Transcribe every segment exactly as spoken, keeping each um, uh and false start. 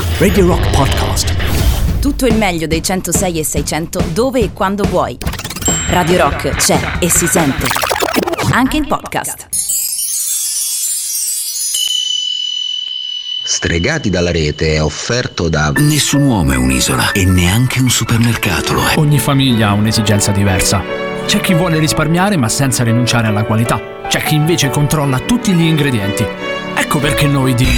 Radio Rock Podcast. Tutto il meglio dei centosei e seicento dove e quando vuoi. Radio Rock c'è e si sente. Anche in podcast. Stregati dalla rete è offerto da... Nessun uomo è un'isola e neanche un supermercato lo è. Ogni famiglia ha un'esigenza diversa. C'è chi vuole risparmiare ma senza rinunciare alla qualità. C'è chi invece controlla tutti gli ingredienti. Ecco perché noi di...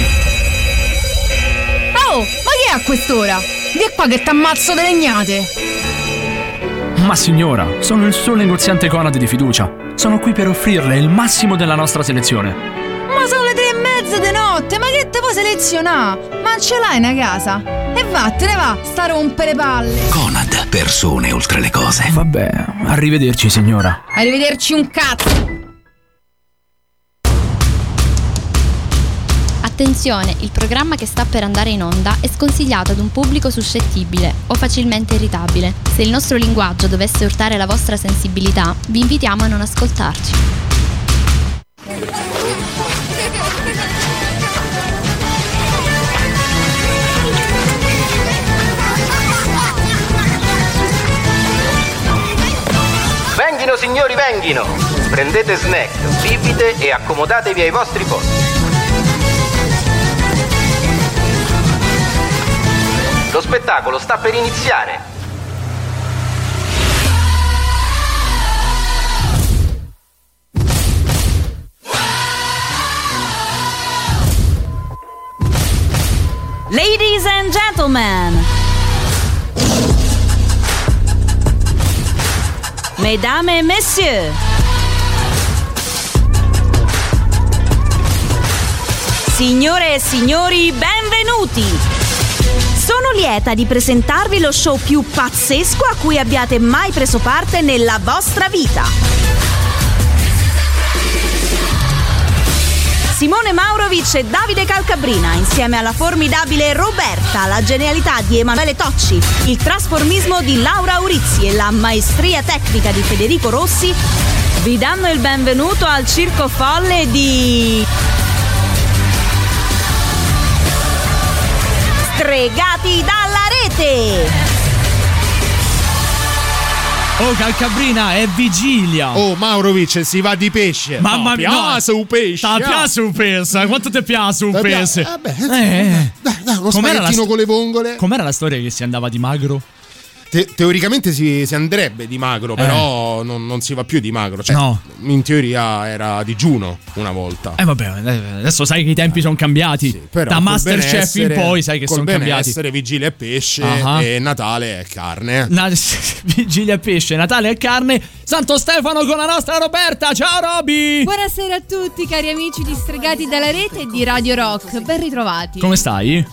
Oh, ma che è a quest'ora? Vieni qua che t'ammazzo delle legnate. Ma signora, sono il suo negoziante Conad di fiducia. Sono qui per offrirle il massimo della nostra selezione. Ma sono le tre e mezza di notte, ma che te puoi selezionare? Ma ce l'hai una casa? E vattene va, sta a rompere palle. Conad, persone oltre le cose. Vabbè, arrivederci signora. Arrivederci un cazzo. Attenzione, il programma che sta per andare in onda è sconsigliato ad un pubblico suscettibile o facilmente irritabile. Se il nostro linguaggio dovesse urtare la vostra sensibilità, vi invitiamo a non ascoltarci. Venghino signori, venghino! Prendete snack, bibite e accomodatevi ai vostri posti. Lo spettacolo sta per iniziare. Ladies and gentlemen, mesdames et messieurs, signore e signori, benvenuti! Sono lieta di presentarvi lo show più pazzesco a cui abbiate mai preso parte nella vostra vita. Simone Maurovic e Davide Calcabrina, insieme alla formidabile Roberta, la genialità di Emanuele Tocci, il trasformismo di Laura Urizzi e la maestria tecnica di Federico Rossi, vi danno il benvenuto al circo folle di... Stregati dalla rete! Oh Calcabrina, è vigilia! Oh Maurovic, si va di pesce! Mamma mia! Piace un pesce! Ti piace un pesce? Quanto ti piace un pesce? Vabbè, eh. dai, dai, uno Com'era spaghettino la sto- con le vongole. Com'era la storia che si andava di magro? Te- teoricamente si, si andrebbe di magro, però eh. non, non si va più di magro. Cioè, no. In teoria era digiuno una volta. Eh vabbè, adesso sai che i tempi sono cambiati. Sì, da Masterchef in poi sai che sono cambiati. Essere vigilia e pesce uh-huh. e Natale è carne. Na- vigilia e pesce, Natale è carne. Santo Stefano con la nostra Roberta. Ciao Roby! Buonasera a tutti cari amici di Stregati dalla rete e di Radio Rock. Ben ritrovati. Come stai?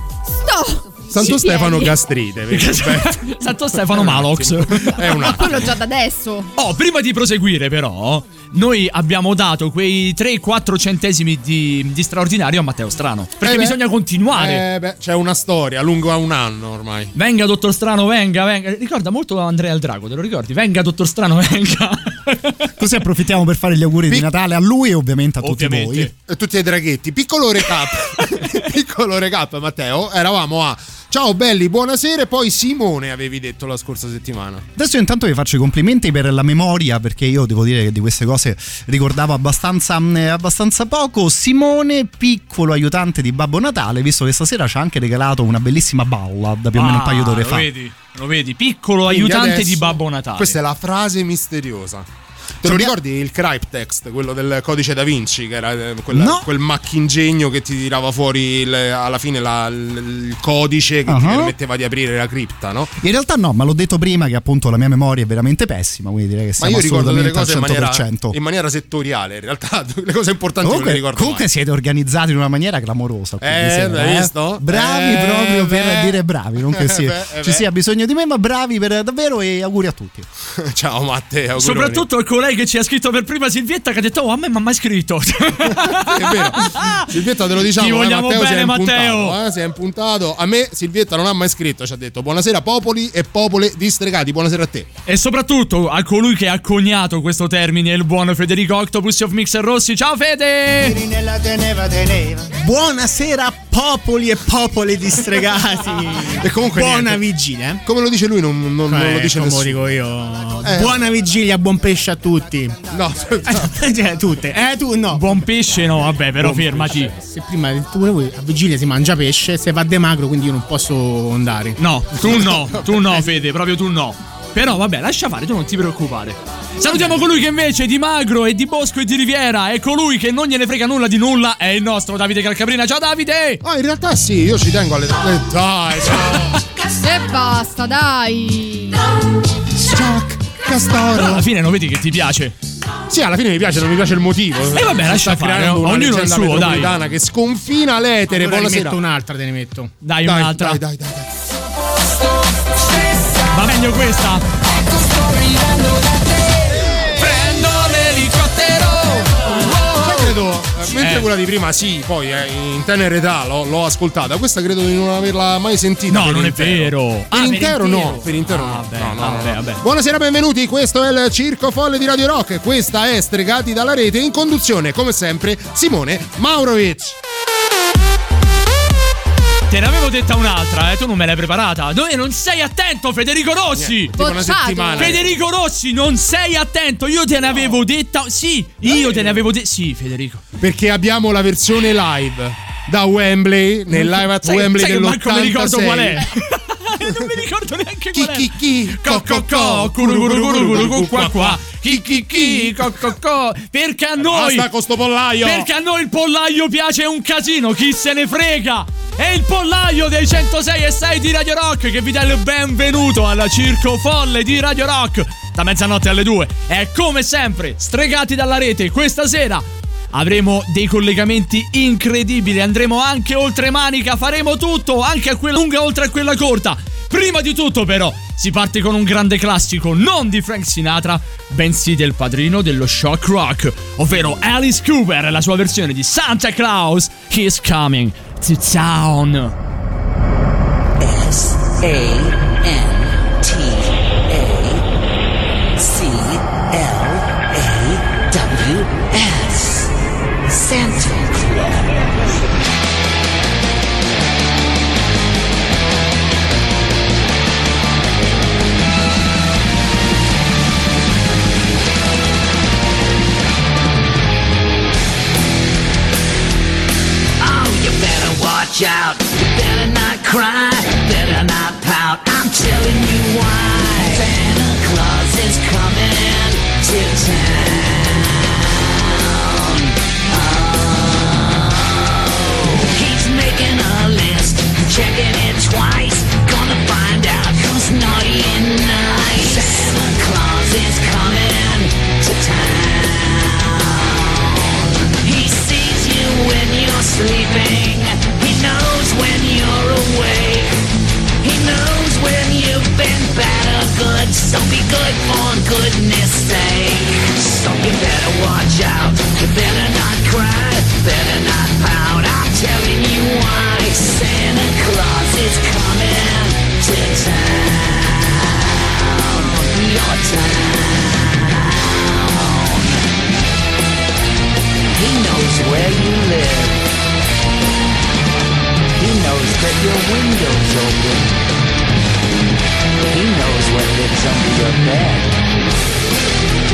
Sto Santo Ci Stefano vieni. Gastrite. Santo Stefano Malox. È una. Ma quello già da adesso. Oh, prima di proseguire però, noi abbiamo dato quei tre quattro centesimi di, di straordinario a Matteo Strano. Perché eh beh, bisogna continuare. Eh beh, c'è una storia lungo a un anno ormai. Venga dottor Strano, venga, venga. Ricorda molto Andrea il Drago, te lo ricordi? Venga dottor Strano, venga. Così approfittiamo per fare gli auguri Pic- di Natale a lui e ovviamente a tutti ovviamente. voi. E tutti ai draghetti. Piccolo recap. Piccolo recap, Matteo. Eravamo a ciao belli, buonasera. E poi Simone avevi detto la scorsa settimana. Adesso intanto vi faccio i complimenti per la memoria, perché io devo dire che di queste cose ricordavo abbastanza, eh, abbastanza poco. Simone, piccolo aiutante di Babbo Natale, visto che stasera ci ha anche regalato una bellissima ballad più o meno un paio d'ore lo fa. Vedi, lo vedi, piccolo Quindi aiutante adesso, di Babbo Natale. Questa è la frase misteriosa. Te lo ricordi il cryptext, quello del codice da Vinci, che era quella, no. quel maccingegno che ti tirava fuori il, alla fine la, il, il codice che uh-huh. ti permetteva di aprire la cripta, no? In realtà no, ma l'ho detto prima che appunto la mia memoria è veramente pessima, quindi direi che siamo ma io ricordo delle cose al cento per cento. In maniera, in maniera settoriale, in realtà le cose importanti comunque, non le ricordo comunque mai. siete organizzati in una maniera clamorosa. Eh, l'hai visto? Bravi eh, proprio beh. per dire bravi, non che si, beh, ci sia bisogno di me, ma bravi per davvero, e auguri a tutti. Ciao Matteo. Soprattutto al collega sai che ci ha scritto per prima Silvietta che ha detto oh a me mi ha mai scritto. È vero. Silvietta te lo diciamo. Ti vogliamo eh, Matteo bene, si è Matteo. Impuntato, eh, si è impuntato. A me Silvietta non ha mai scritto, ci ha detto buonasera popoli e popole distregati. Buonasera a te. E soprattutto a colui che ha coniato questo termine, il buon Federico Octopus of Mixer Rossi. Ciao Fede. Buonasera popoli e popole distregati. E comunque buona niente. vigilia. Come lo dice lui non, non, eh, non lo dice come nessuno. lo dico io. Eh. Buona vigilia, buon pesce a tutti. No, cioè, tutte. Eh tu no. Buon pesce no, vabbè, però buon fermati. Pesce. Se prima tu voi a vigilia si mangia pesce, se va de magro, quindi io non posso andare. No, tu no, tu no Fede, proprio tu no. Però vabbè, lascia fare, tu non ti preoccupare. Salutiamo colui che invece di Magro e di Bosco e di Riviera è colui che non gliene frega nulla di nulla, è il nostro Davide Calcabrina. Ciao Davide! Ah, in realtà sì, io ci tengo alle eh, dai, ciao. E basta, dai. Chuck Castoro. Però alla fine non vedi che ti piace. Sì, alla fine mi piace, non mi piace il motivo. E vabbè, lascia fare, una ognuno il suo, dai. Che sconfina l'etere. Allora Buonasera. ne metto un'altra, te ne metto. Dai, Dai, un'altra. dai, dai, dai, dai. Va meglio questa. Prendo l'elicottero. Sai, credo, eh, mentre Eh. quella di prima sì, poi eh, in tenera età l'ho, l'ho ascoltata. Questa credo di non averla mai sentita. No, per non è intero. vero. Per Ah, per intero intero. no, per intero Ah, no. vabbè, no, no, vabbè, no. vabbè. Buonasera, benvenuti. Questo è il Circo Folle di Radio Rock. Questa è Stregati dalla Rete, in conduzione, come sempre, Simone Maurovic. Te ne avevo detta un'altra, eh, tu non me l'hai preparata. Dove non sei attento, Federico Rossi? Tipo una Bocciato. settimana. Federico Rossi, non sei attento. Io te ne avevo detta. Sì, io te ne avevo detta. Sì, Federico. Perché abbiamo la versione live da Wembley, nel live at Sai, Wembley sai che manco mi ricordo dell'ottantasei. qual è. Non mi ricordo neanche Chi qual è. chi chi Co co co, curu curu curu curu cu qua qua. Chi chi chi, co co co. Perché a noi Basta con sto pollaio. Perché a noi il pollaio piace un casino, chi se ne frega. È il pollaio dei centosei e sei di Radio Rock che vi dà il benvenuto alla Circo Folle di Radio Rock da mezzanotte alle due. E come sempre, stregati dalla rete, questa sera avremo dei collegamenti incredibili, andremo anche oltre manica, faremo tutto, anche a quella lunga oltre a quella corta. Prima di tutto però si parte con un grande classico, non di Frank Sinatra, bensì del padrino dello shock rock, ovvero Alice Cooper e la sua versione di Santa Claus, He's Coming to Town. S A N T A C L A W S Santa Claus. Watch out, you better not cry, better not pout, I'm telling you why. Santa Claus is coming to town. Oh, he's making a list, checking it twice, gonna find out who's naughty and nice. Santa Claus is coming to town. He sees you when you're sleeping, he knows when you're awake, he knows when you've been bad or good, so be good for goodness sake. So you better watch out, you better not cry, better not pout, I'm telling you why. Santa Claus is coming to town, your town. He knows where you live, he knows that your window's open, he knows what lives under your bed.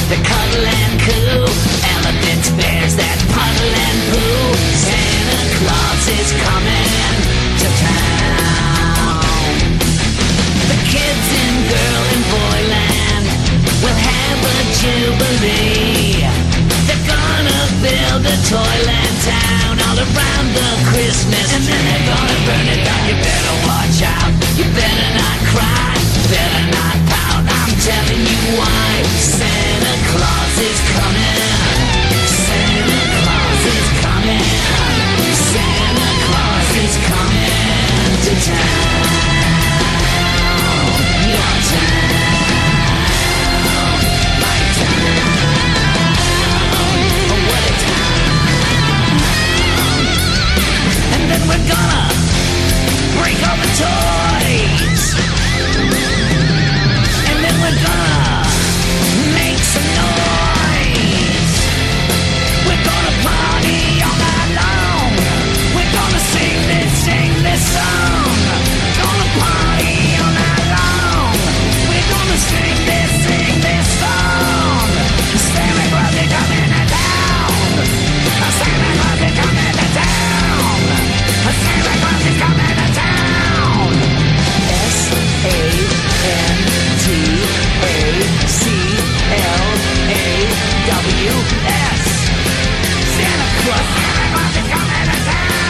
that cuddle and coo. Elephants, bears that puddle and poo. Santa Claus is coming to town. The kids in girl and boyland will have a jubilee. They're gonna build a toyland town all around the Christmas and then they're gonna burn it down. You better watch out, you better not cry, better not pout, I'm telling you why. Santa Claus is coming, Santa Claus is coming, Santa Claus is coming to town, your town, my town. And then we're gonna break all the toys. And then we're gonna make some noise. We're gonna party all night long. We're gonna sing this, sing this song. Gonna party all night long. We're gonna sing this, sing this song. Santa Claus is coming to town. Santa Claus is coming to town. Santa Claus is coming to town. S A N T A C L A W S. Santa Claus, Santa Claus is coming to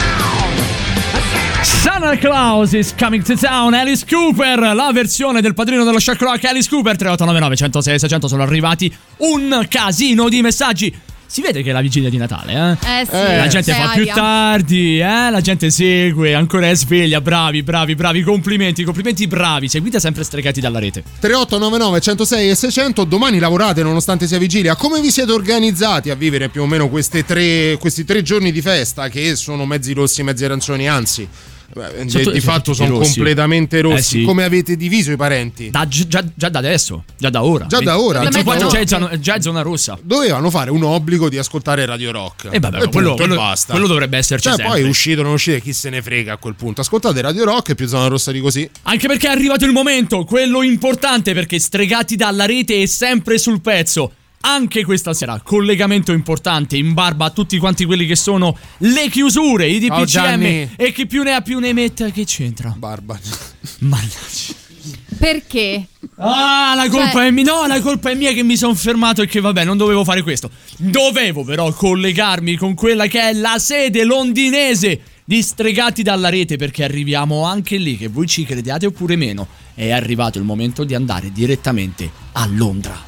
town. Santa Claus is coming to town. Alice Cooper, la versione del padrino dello Shock Rock. Alice Cooper. Tre otto nove nove uno zero sei sei zero zero. Sono arrivati un casino di messaggi. Si vede che è la vigilia di Natale, eh? Eh sì, eh, la gente fa aria. più tardi, eh? La gente segue, ancora è sveglia. Bravi, bravi, bravi. Complimenti, complimenti, bravi. Seguite sempre Stregati dalla Rete. tre otto nove nove uno zero sei e seicento. Domani lavorate nonostante sia vigilia. Come vi siete organizzati a vivere più o meno queste tre, questi tre giorni di festa che sono mezzi rossi, mezzi arancioni? Anzi, beh, Sotto- di fatto tutti sono rossi. completamente rossi. Eh sì. Come avete diviso i parenti? Da, già, già da adesso, già da ora. Già da ora. ventiquattro Già da già, ora. è già è zona rossa. Dovevano fare un obbligo di ascoltare Radio Rock. E vabbè, E quello, punto, e quello- basta. quello dovrebbe esserci Cioè, sempre. poi è uscito, non uscite, chi se ne frega a quel punto. Ascoltate Radio Rock, è più zona rossa di così. Anche perché è arrivato il momento, quello importante, perché Stregati dalla Rete è sempre sul pezzo. Anche questa sera, collegamento importante in barba a tutti quanti quelli che sono le chiusure, i Ciao, D P C M Gianni. e chi più ne ha più ne metta. Che c'entra? Barba. Mannaggia. Perché? Ah, la colpa Cioè- è mia. No, la colpa è mia che mi sono fermato e che vabbè, non dovevo fare questo. Dovevo però collegarmi con quella che è la sede londinese di Stregati dalla Rete, perché arriviamo anche lì, che voi ci crediate oppure meno. È arrivato il momento di andare direttamente a Londra.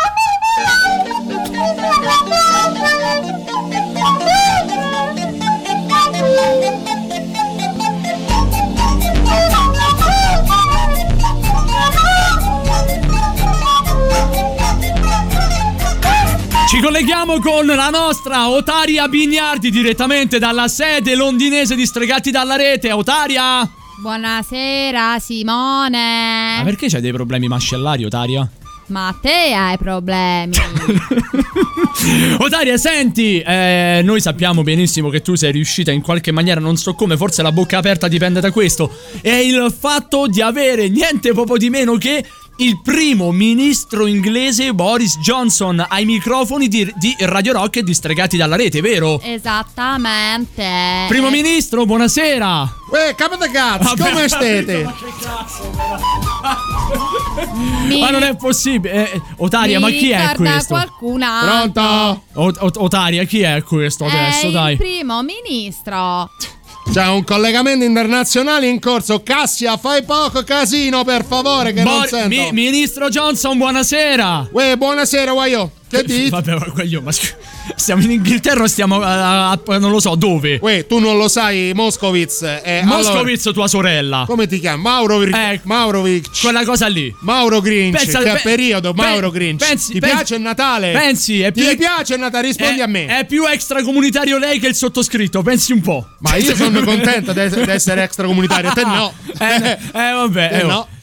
Ci colleghiamo con la nostra Otaria Bignardi direttamente dalla sede londinese di Stregati dalla Rete. Otaria! Buonasera Simone. Ma perché c'hai dei problemi mascellari, Otaria? Ma te hai problemi. Otaria, senti, eh, noi sappiamo benissimo che tu sei riuscita in qualche maniera, non so come, forse la bocca aperta dipende da questo, è il fatto di avere niente poco di meno che il primo ministro inglese Boris Johnson ai microfoni di, di Radio Rock e di Stregati dalla Rete, vero? Esattamente. Primo ministro, buonasera. Uè, capo da cazzo, Vabbè, come state? Ma che cazzo, però? Mi- Ma non è possibile. Eh, Otaria, mi ma chi è ricorda questo? qualcun altro. Pronto? O- o- Otaria, chi è questo adesso, È dai? il primo ministro. C'è un collegamento internazionale in corso. Cassia, fai poco casino, per favore, che non Bor- sento. mi- Ministro Johnson, buonasera. Uè, buonasera, guaio. Che dici? Vabbè, ma quello, ma scu- stiamo in Inghilterra o stiamo a, a- a- non lo so dove. Uè, tu non lo sai, Moscovitz. Eh, Moscovitz, tua sorella. allora, come ti chiami? Maurovic. Eh, Maurovic. Quella cosa lì. Mauro Grinch. Pensa- che pe- periodo, pe- Mauro Grinch. pensi- ti pensi- piace il Natale? Pensi, è Ti più piace il Natale? Rispondi è, a me. È più extracomunitario lei che il sottoscritto, pensi un po'. Ma io sono contento di essere extracomunitario. Te no. Eh, eh, vabbè, Te eh, oh. no.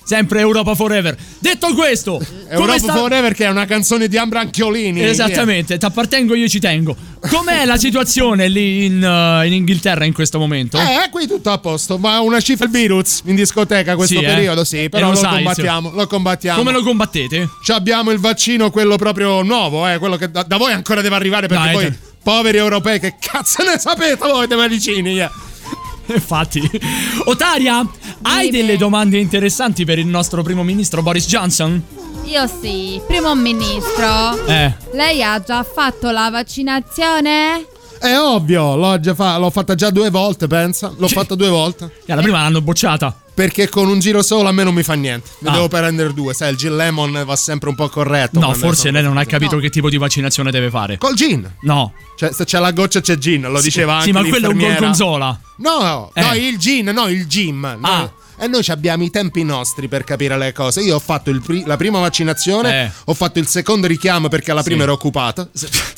sempre Europa Forever. Detto questo, Europa sta... Forever, che è una canzone di Ambra Anchiolini. Esattamente, t'appartengo, io ci tengo. Com'è la situazione lì in, uh, in Inghilterra in questo momento? Eh, qui tutto a posto, ma una cifra il virus in discoteca questo sì, periodo, eh? sì, però lo, lo, sai, combattiamo, lo combattiamo. Come lo combattete? Ci abbiamo il vaccino, quello proprio nuovo, eh, quello che da, da voi ancora deve arrivare, perché Dai, voi, te... poveri europei, che cazzo ne sapete voi dei vaccini? Yeah. Infatti. Otaria, hai Dime. delle domande interessanti per il nostro primo ministro Boris Johnson? Io sì, primo ministro. Eh. Lei ha già fatto la vaccinazione? È ovvio, l'ho già fa- l'ho fatta già due volte, pensa. L'ho fatta due volte. Che la prima l'hanno bocciata. Perché con un giro solo a me non mi fa niente. Ne Ah. devo prendere due. Sai, il gin lemon va sempre un po' corretto. No, forse lei non ha capito No. che tipo di vaccinazione deve fare. Col gin. No. Cioè, se c'è la goccia c'è gin, lo diceva anche Sì, ma quello è un l'infermiera. gorgonzola. No, Eh. no, il gin, no, il gym. No. Ah. E noi ci abbiamo i tempi nostri per capire le cose. Io ho fatto il pri- la prima vaccinazione, Eh. ho fatto il secondo richiamo perché la prima Sì. ero occupata.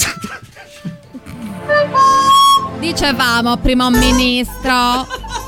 Dicevamo, primo ministro.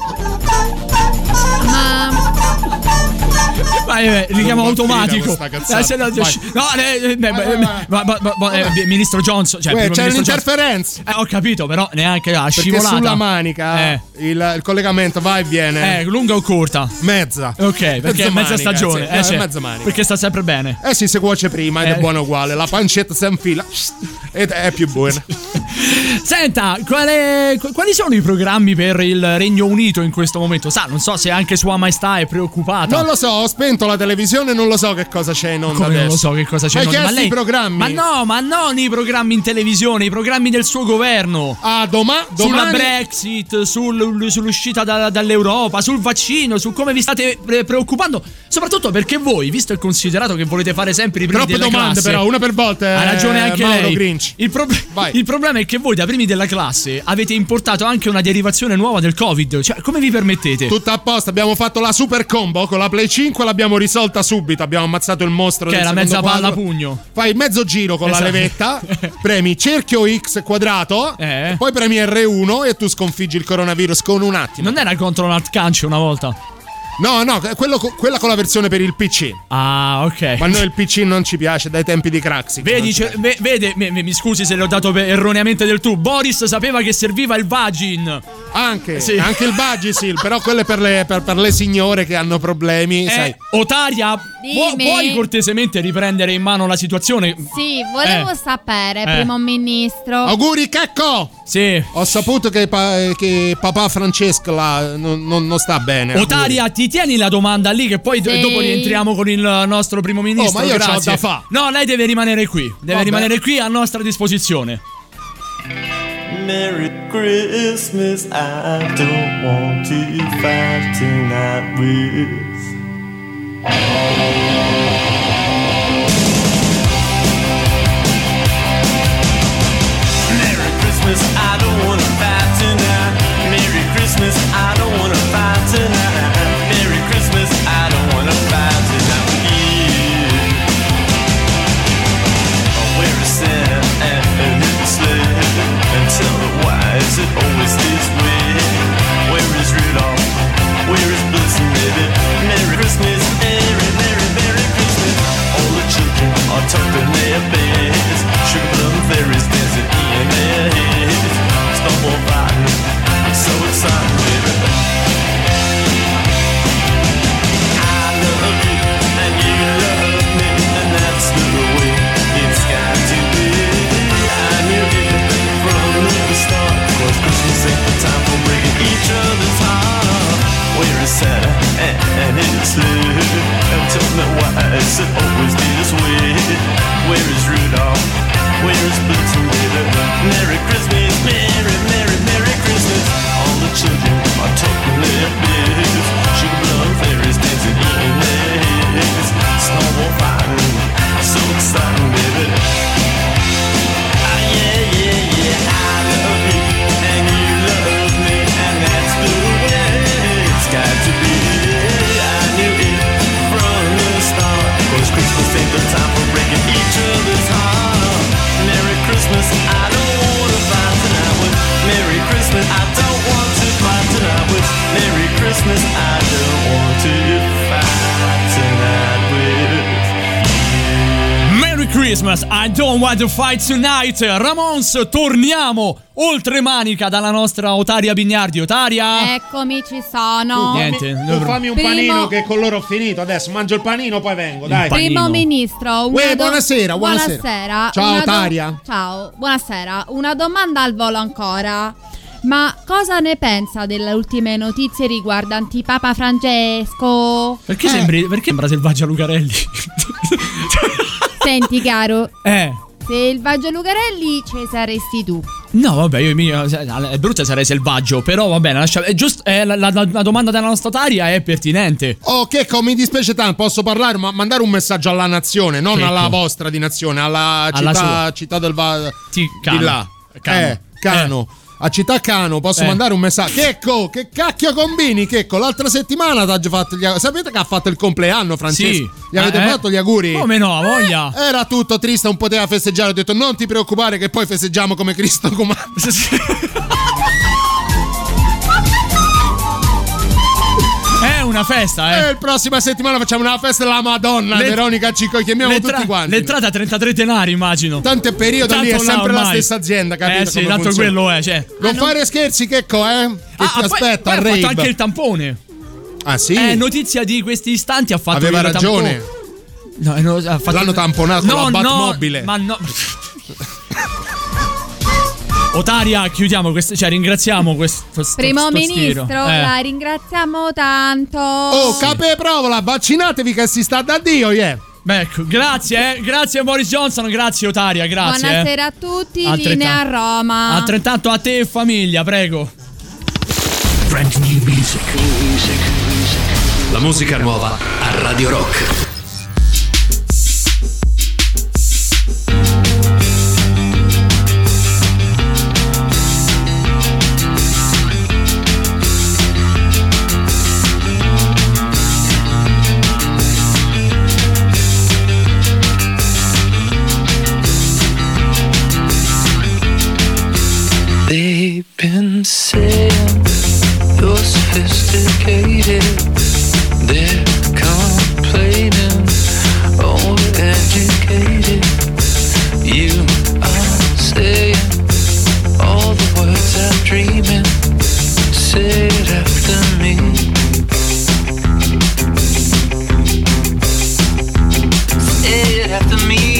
Ma Vai, vai, richiamo Non va automatico. finita questa cazzata. Eh, se no, Vai. no, eh, eh, vai, vai. ma- ma- ma- ma- eh, ministro Johnson, cioè, Uè, primo c'è ministro un'interferenza. Johnson. Eh, ho capito, però neanche la Perché scivolata. sulla manica Eh. il, il collegamento va e viene. Eh, lunga o corta? Mezza. Ok, perché Mezza è mezza manica, stagione. sì. eh, No, sì. è mezza manica. Perché sta sempre bene. Eh sì, si cuoce prima ed Eh. è buono uguale. La pancetta si infila ed è più buona. Senta, quale- qu- quali sono i programmi per il Regno Unito in questo momento? Sa, non so se anche Sua Maestà è preoccupata. Non lo so, ho spento la televisione, non lo so che cosa c'è in onda Come adesso. non lo so che cosa c'è Ma in onda? hai chiesto i programmi? Ma no, ma non i programmi in televisione, i programmi del suo governo. Ah, doma- Sulla domani Brexit, sul- sull'uscita da- dall'Europa, sul vaccino, su come vi state pre- preoccupando. Soprattutto perché voi, visto e considerato che volete fare sempre i primi Troppe della domande, classe, però, una per volta. ha ragione anche Mauro lei. Grinch. Il, prob- Vai. il problema è che voi da primi della classe avete importato anche una derivazione nuova del Covid. Cioè, come vi permettete? Tutto a posto, abbiamo fatto la super combo con la Play cinque, l'abbiamo risolta subito. Abbiamo ammazzato il mostro Che del era secondo mezza palla a quadro. pugno. Fai mezzo giro con Esatto. la levetta, premi cerchio X quadrato, Eh. poi premi R uno e tu sconfiggi il coronavirus con un attimo. Non era contro un altcancio una volta? No, no, quello co- quella con la versione per il P C. Ah, ok. Ma a noi il P C non ci piace dai tempi di Craxi. Vedi, cioè, ve- vede, me- me- mi scusi se le ho dato per- erroneamente del tu. Boris sapeva che serviva il vagin. Anche, Sì. anche il Vagisil, però quello è per le, per, per le signore che hanno problemi, Eh, sai. Otaria, pu- Dimmi. puoi cortesemente riprendere in mano la situazione? sì, volevo Eh. sapere, Eh. primo ministro. Auguri Checco! Sì. Ho saputo che, pa- che papà Francesco là non, non- non sta bene. Otaria, ti tieni la domanda lì che poi do- Sì. dopo rientriamo con il nostro primo ministro. Oh, ma io c'ho grazie. da fa. No, lei deve rimanere qui. Deve Vabbè. rimanere qui a nostra disposizione. Merry Christmas, I don't want to fight tonight with. Merry Christmas, I don't wanna fight tonight. Merry Christmas, I don't wanna fight tonight. Merry Christmas, I don't wanna fight tonight with you. Where is Santa and his sled? And tell me why is it always this way? Where is Rudolph? Where is Blitzen, baby? Merry Christmas, Merry, Merry, Merry Christmas. All the children are tucked in their beds. Sugar plum fairies dancing in their heads. Snowball fighting, it's so exciting, baby. I love you and you love me, and that's the way it's got to be. I knew it from the start, 'cause Christmas ain't the time for breaking each other's heart. Where is Santa and, and his sled? And tell me why is it always this way? Where is Rudolph? Where is Blitzen, baby? Merry Christmas, Merry, Merry, Merry Christmas. All the children are talking their beds. Sugar plum fairies dancing in their heads. Snowball fighting, so exciting, baby. Ah, yeah, yeah, yeah, I love you, and you love me, and that's the way it's got to be. I knew it from the start, 'cause Christmas Christmas, I don't want to fight tonight. Ramones, torniamo oltre manica dalla nostra Otaria Bignardi. Otaria? Eccomi, ci sono. Niente. Tu fammi un Primo- panino che con loro ho finito. Adesso mangio il panino, poi vengo. Dai. Primo ministro, una Uè, do- buonasera, buonasera. buonasera. Ciao, Una do- Taria. Ciao, buonasera. Una domanda al volo ancora. Ma cosa ne pensa delle ultime notizie riguardanti Papa Francesco? Perché sembri perché sembra Selvaggia Lucarelli? Senti, caro, Eh. Selvaggia Lucarelli ci saresti tu. No, vabbè, io mio, è brutta, sarei selvaggio. Però va bene, lascia, è giusto, è la, la, la domanda della nostra Taria è pertinente. Oh, Checco, mi dispiace tanto, posso parlare, ma mandare un messaggio alla nazione, non Checco. alla vostra di nazione, alla, Alla città, sua. città del Va... Sì, di Cano. là. Cano. Eh, Cano. A Città Cano posso Eh. mandare un messaggio. Checco, che cacchio combini, Checco? L'altra settimana t'ha già fatto gli auguri. Sapete che ha fatto il compleanno, Francesco? Sì. Gli avete Eh, eh. fatto gli auguri? Come no, ha voglia. Eh, era tutto triste, non poteva festeggiare. Ho detto non ti preoccupare che poi festeggiamo come Cristo comanda. È una festa, eh. E la prossima settimana facciamo una festa della Madonna. Le- Veronica Cicco, chiamiamo L'entra- tutti quanti. L'entrata a trentatré denari, immagino. Tanto è periodo lì, è Tanto là sempre la ormai. stessa azienda, capito? Eh sì, come tanto funziona. quello è, cioè. Non fare scherzi, Checco, eh? Che Ah, ti poi- aspetta poi al ha fatto rave. anche il tampone. Ah, sì? Eh, notizia di questi istanti ha fatto Aveva il ragione. tampone. No, eh, no, ha fatto- L'hanno tamponato con No, la no, Batmobile. ma no. Otaria, chiudiamo questo, cioè ringraziamo questo, questo Primo sto ministro, stiro. Eh. la ringraziamo tanto. Oh, cape provola, vaccinatevi che si sta da Dio, yeah. Beh, ecco, grazie, eh. Grazie Boris Johnson, grazie Otaria, grazie. Buonasera eh. a tutti, Altrettanto. linea a Roma. Altrettanto a te e famiglia, prego. Brand new music. La musica nuova a Radio Rock. They've been saying you're sophisticated. They're complaining, overeducated. You are saying all the words I'm dreaming. Say it after me. Say it after me.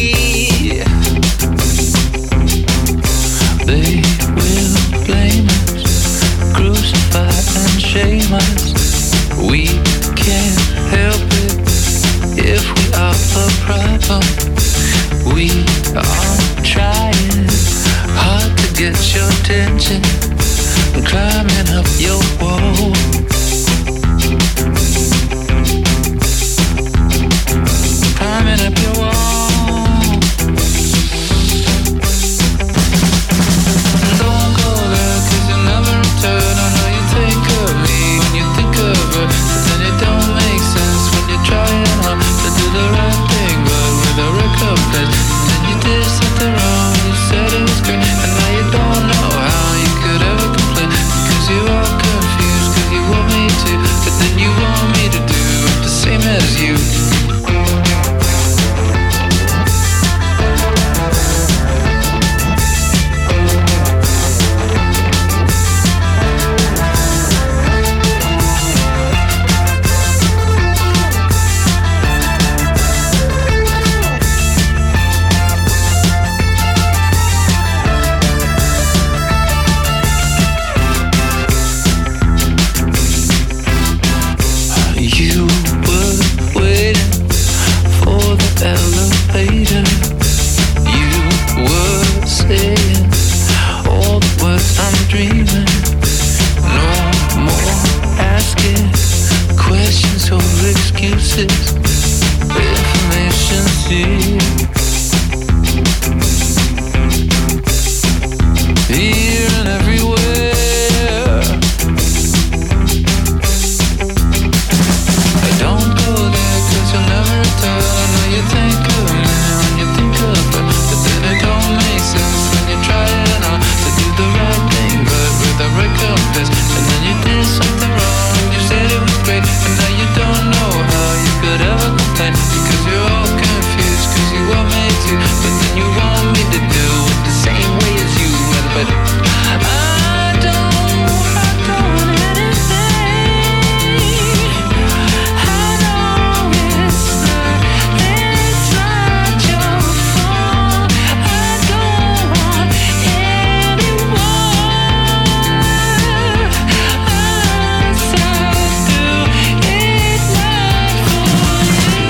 They will blame us, crucify and shame us. We can't help it if we are the problem. We are trying hard to get your attention, climbing up your wall. Climbing up your wall. Don't go there, 'cause you never return. I know you think of me when you think of her, but then it don't make sense when you're trying hard to do the right thing, but with a recompense. And then you did something wrong, you said it was great, and now you don't know how you could ever complain, because you're all confused, 'cause you want me to, but then you want me to do the same as you. You were waiting for the elevator. You were saying all the words I'm dreaming. No more asking questions or excuses. Information's here. Here and everywhere. Don't go there, 'cause you'll never return. I know you think of me when you think of her, but then it don't make sense when you're trying hard to do the right thing, but with a recompense. And then you did something wrong, you said it was great, and now you don't know how you could ever complain, because you're all confused, 'cause you want me to, you, but then you want me to do it the same way as you. But I don't, I don't want anything. I know it's not, it's not your fault. I don't want anyone. I still do it not for you.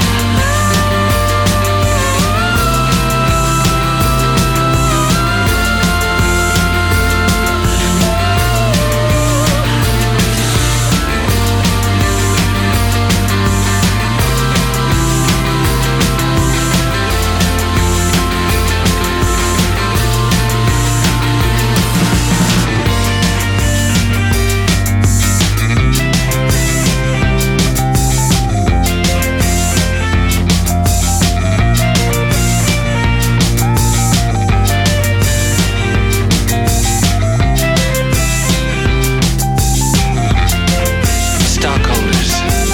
Stockholders.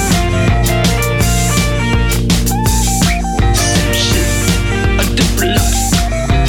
Same shit, a different life.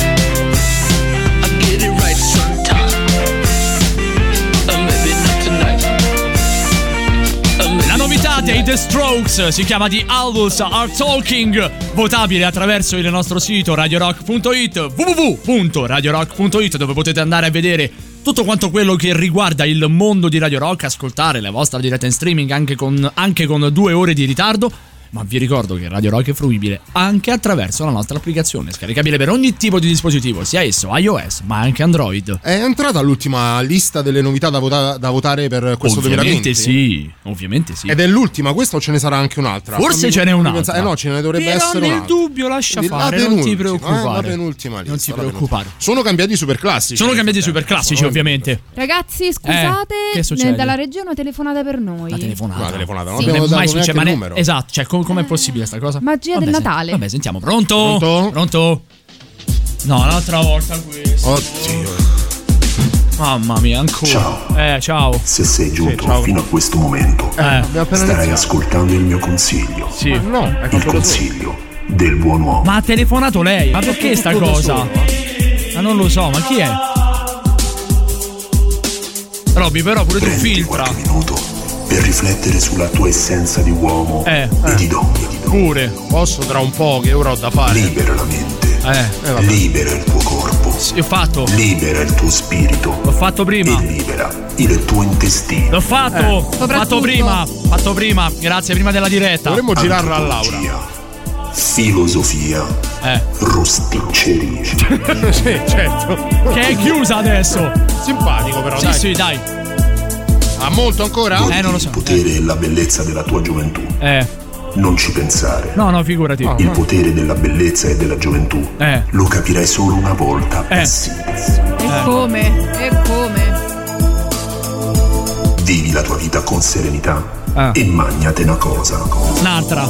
I get it right sometime. Or maybe not tonight. Or maybe La novità not dei tonight. The Strokes si chiama The Owls Are Talking, votabile attraverso il nostro sito radiorock punto it, w w w punto radiorock punto it, dove potete andare a vedere tutto quanto quello che riguarda il mondo di Radio Rock, ascoltare la vostra diretta in streaming anche con, anche con due ore di ritardo. Ma vi ricordo che Radio Rock è fruibile anche attraverso la nostra applicazione, scaricabile per ogni tipo di dispositivo, sia esso iOS ma anche Android. È entrata l'ultima lista delle novità da, vota- da votare per questo Ovviamente duemilaventi? sì, ovviamente sì. Ed è l'ultima questa o ce ne sarà anche un'altra? Forse Fammi- ce n'è un'altra. pensare- Eh no, ce ne dovrebbe Però essere nel un'altra. dubbio lascia Quindi la fare, non ti penultima, preoccupare. eh, la penultima lista, Non ti la preoccupare. penultima. Sono cambiati i super classici. Sono cambiati i super classici, Sono ovviamente. Ragazzi, scusate, che succede? eh, dalla regia una telefonata per noi. La telefonata. La telefonata, non Sì. abbiamo Non è dato mai neanche successo, il ma ne- numero. esatto, cioè com- com'è possibile sta cosa? Magia Vabbè, del se- Natale. Vabbè, sentiamo. Pronto? Pronto? Pronto? No, un'altra volta questo. Oddio. Mamma mia, ancora. Ciao. Eh, ciao. Se sei giunto Sì, ciao. fino a questo momento, Eh, Abbiamo appena starai iniziato. ascoltando il mio consiglio. sì. Ma no, è Il colpa tua. consiglio del buon uomo. Ma ha telefonato lei? Ma perché sta tutto da cosa? solo. Ma non lo so, ma chi è? Robby, però pure tu Prenditi filtra. qualche minuto per riflettere sulla tua essenza di uomo Eh, e di donna. Pure. Posso tra un po' che ora ho da fare. Libera la mente, Eh, Eh, vabbè. libera il tuo corpo, sì, ho fatto. libera il tuo spirito L'ho fatto prima. e libera il tuo intestino. L'ho fatto. Eh. L'ho fatto prima. Fatto prima. Grazie, prima della diretta. Dovremmo girarla a Laura. Antropologia, filosofia, Eh. rosticceria. Sì, certo. Che è chiusa adesso. Simpatico però, Sì, dai. sì, dai. Ha molto ancora? Goditi Eh, non lo so. il potere e la bellezza della tua gioventù. Eh. Non ci pensare. No, no, figurati. No. Il potere della bellezza e della gioventù Eh. lo capirai solo una volta. Eh. Sì. E come? E come? Vivi la tua vita con serenità Ah. e magnate una cosa. Un'altra.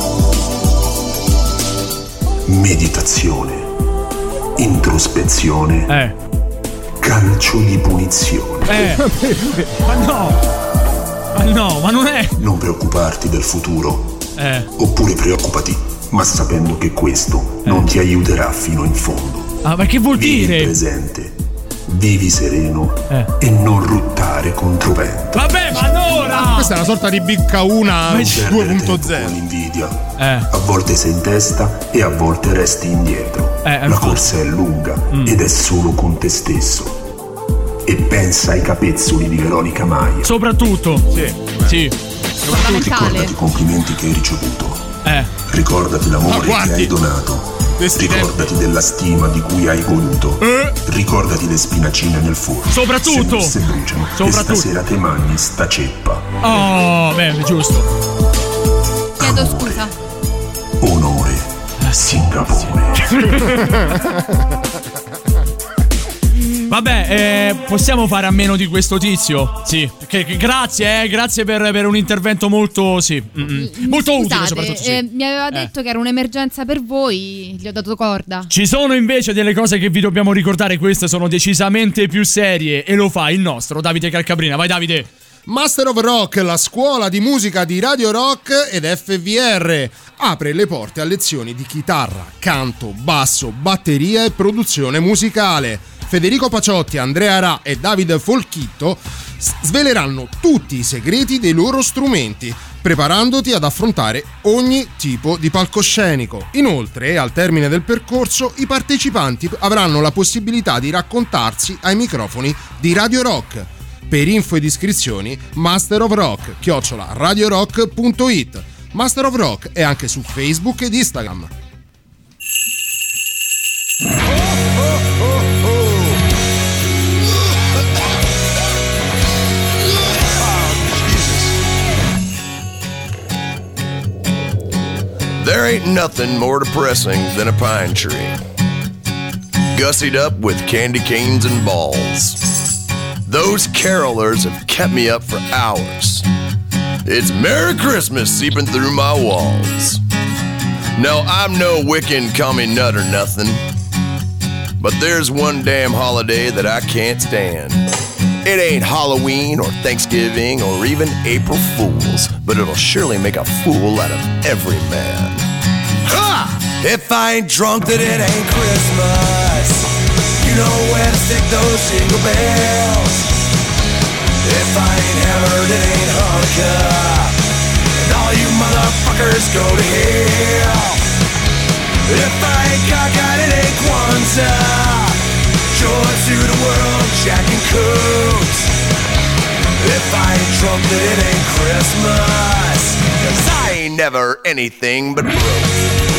Meditazione, introspezione, Eh. calcio di punizione. Eh. Ma no. Ma no, ma non è. Non preoccuparti del futuro, Eh. oppure preoccupati, ma sapendo che questo non ti aiuterà fino in fondo. Ah, ma che vuol Vivi il dire? presente, vivi sereno Eh. e non ruttare contro vento. Vabbè, ma allora. Questa è una sorta di bicca una Perdere due tempo punto con zero. l'invidia. Eh. A volte sei in testa e a volte resti indietro. Eh, La infatti. corsa è lunga Mm. ed è solo con te stesso. E pensa ai capezzoli di Veronica Maia. Soprattutto. Sì. Sì. Ricordati i complimenti che hai ricevuto. Eh. Ricordati l'amore Ma che guardi, hai donato. questi Ricordati della stima di cui hai goduto. Eh. Ricordati le spinacine nel forno. Soprattutto. Se, se bruciano. Soprattutto. E stasera te mangi sta ceppa. Oh, beh, giusto. Chiedo scusa. Onore. Singapore. Vabbè, eh, possiamo fare a meno di questo tizio? Sì. Che, che- grazie, eh, grazie per, per un intervento molto, sì, mm-mm, molto utile Scusate, soprattutto. Sì. eh, mi aveva Eh. detto che era un'emergenza per voi, gli ho dato corda. Ci sono invece delle cose che vi dobbiamo ricordare, queste sono decisamente più serie e lo fa il nostro Davide Calcabrina. Vai Davide. Master of Rock, la scuola di musica di Radio Rock ed F V R, apre le porte a lezioni di chitarra, canto, basso, batteria e produzione musicale. Federico Paciotti, Andrea Ra e Davide Folchitto sveleranno tutti i segreti dei loro strumenti, preparandoti ad affrontare ogni tipo di palcoscenico. Inoltre, al termine del percorso, i partecipanti avranno la possibilità di raccontarsi ai microfoni di Radio Rock. Per info ed iscrizioni, Master of Rock, chiocciola radiorock punto it. Master of Rock è anche su Facebook ed Instagram. There ain't nothing more depressing than a pine tree, gussied up with candy canes and balls. Those carolers have kept me up for hours. It's Merry Christmas seeping through my walls. No, I'm no Wiccan commie nut or nothing, but there's one damn holiday that I can't stand. It ain't Halloween or Thanksgiving or even April Fools, but it'll surely make a fool out of every man. Ha! If I ain't drunk, then it ain't Christmas. You know where to stick those jingle bells. If I ain't hammered, it ain't Hanukkah. And all you motherfuckers go to hell. If I ain't cockeyed, it ain't Kwanzaa. Joy to the world, Jack and Cooks. If I ain't drunk, then it ain't Christmas. Cause I ain't never anything but broke.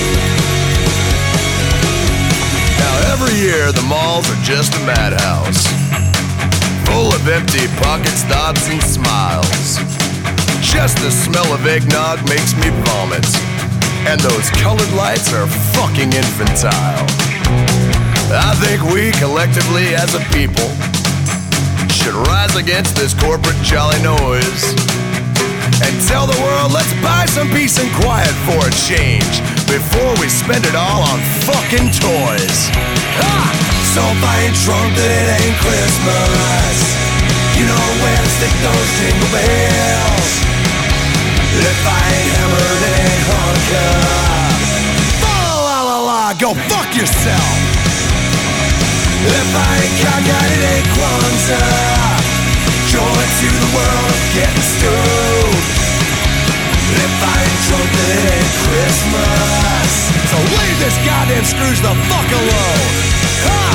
Now every year the malls are just a madhouse, full of empty pockets, thoughts and smiles. Just the smell of eggnog makes me vomit, and those colored lights are fucking infantile. I think we collectively as a people should rise against this corporate jolly noise and tell the world, let's buy some peace and quiet for a change before we spend it all on fucking toys. Ha! So if I ain't drunk, then it ain't Christmas. You know where to stick those jingle bells. If I ain't hammered, it ain't Hanukkah. La la la la, go fuck yourself. If I ain't cockeyed, it ain't Kwanzaa. Joy to the world of getting stoned. If I ain't drunk, then it ain't Christmas. So leave this goddamn Scrooge the fuck alone. Ha!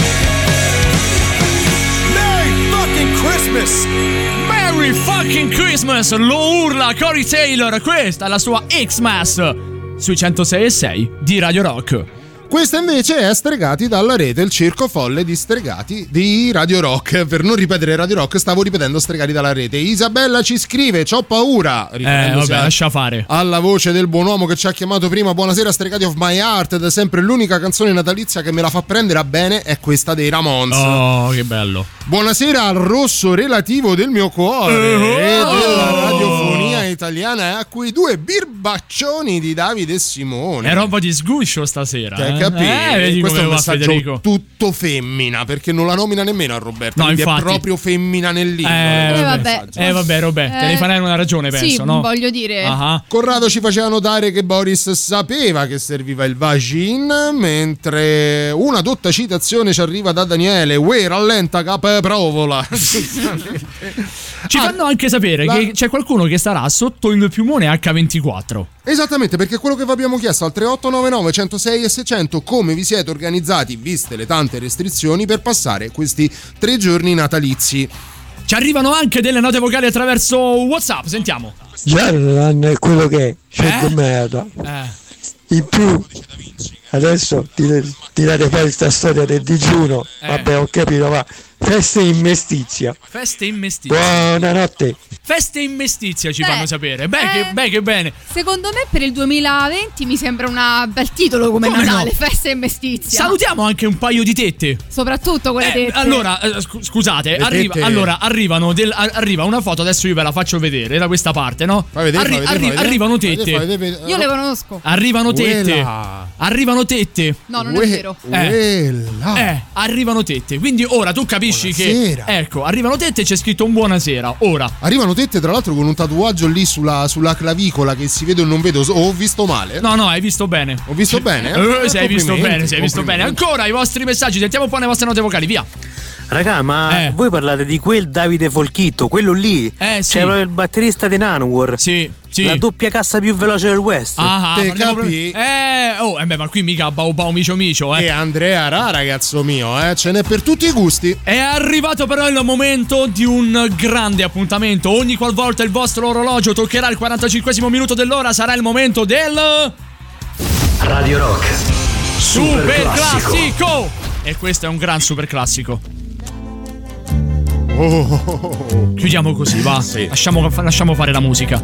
Merry fucking Christmas! Merry fucking Christmas! Lo urla Corey Taylor, questa è la sua Xmas sui centosei e sei di Radio Rock. Questa invece è Stregati dalla rete, il circo folle di Stregati di Radio Rock. Per non ripetere Radio Rock stavo ripetendo Stregati dalla rete. Isabella ci scrive: c'ho paura. Eh vabbè, lascia fare. Alla voce del buon uomo che ci ha chiamato prima. Buonasera Stregati of My Heart. Ed è sempre l'unica canzone natalizia che me la fa prendere a bene è questa dei Ramones. Oh, che bello. Buonasera al rosso relativo del mio cuore oh. e della radiofonia italiana e a quei due birbaccioni di Davide e Simone. È roba di sguscio stasera. Hai eh? capito? Eh, questo è un messaggio Federico. tutto femmina, perché non la nomina nemmeno a Roberto. No, quindi infatti. è proprio femmina nel libro. Eh, Eh, vabbè. Eh vabbè, Roberto, Eh, te ne farai una ragione, penso, sì, no? voglio dire. Ah. Corrado ci faceva notare che Boris sapeva che serviva il vagin, mentre una dotta citazione ci arriva da Daniele: uè, rallenta cap provola. Ci fanno anche sapere la- che c'è qualcuno che starà sotto il piumone acca ventiquattro. Esattamente, perché è quello che vi abbiamo chiesto al tre otto nove nove uno zero sei e seicento: come vi siete organizzati, viste le tante restrizioni, per passare questi tre giorni natalizi. Ci arrivano anche delle note vocali attraverso WhatsApp, sentiamo. Già l'anno è quello che è, c'è Eh? di merda. Eh. In più, adesso tir- tirate fuori sta storia del digiuno. Eh. Vabbè, ho capito, va. Feste in mestizia. Feste in mestizia. Buonanotte. Feste in mestizia ci Beh, fanno sapere. Beh, eh. che, beh, che bene. Secondo me per il duemilaventi mi sembra un bel titolo come, Come Natale, no? festa e mestizia. Salutiamo anche un paio di tette. Soprattutto quelle Eh, tette. allora, eh, scu- scusate, Le arriva, tette- allora arrivano del- a- arriva una foto, adesso io ve la faccio vedere da questa parte, no? Fai vedere, Arri- fai vedere, arri- fai vedere. arrivano Fai tette. vedere, fai vedere. Io le conosco. Arrivano tette. Quella. arrivano tette. No, non è vero. Eh, eh, arrivano tette. Quindi ora tu capisci Buonasera. che ecco, arrivano tette e c'è scritto un buonasera. Ora Arrivano tette, tra l'altro, con un tatuaggio lì sulla, sulla clavicola che si vede o non vedo. Ho visto male? No, no, hai visto bene. Ho visto bene? Eh, se hai visto Complimenti, bene, se hai visto bene. complimenti. Ancora i vostri messaggi, sentiamo un po' le vostre note vocali, via. Raga, ma Eh. voi parlate di quel Davide Folchitto, quello lì? Eh, sì. C'era il batterista di Nanowar. Sì, sì. La doppia cassa più veloce del West. Ah, Te parliamo capi? proprio- Eh, oh, eh beh, ma qui mica Bau Bau Micio Micio, eh. E Andrea Ra, ragazzo mio, eh, ce n'è per tutti i gusti. È arrivato però il momento di un grande appuntamento. Ogni qualvolta il vostro orologio toccherà il quarantacinquesimo minuto dell'ora sarà il momento del Radio Rock. Super classico. E questo è un gran super classico. Oh. Chiudiamo così, va. Sì. Lasciamo, lasciamo fare la musica.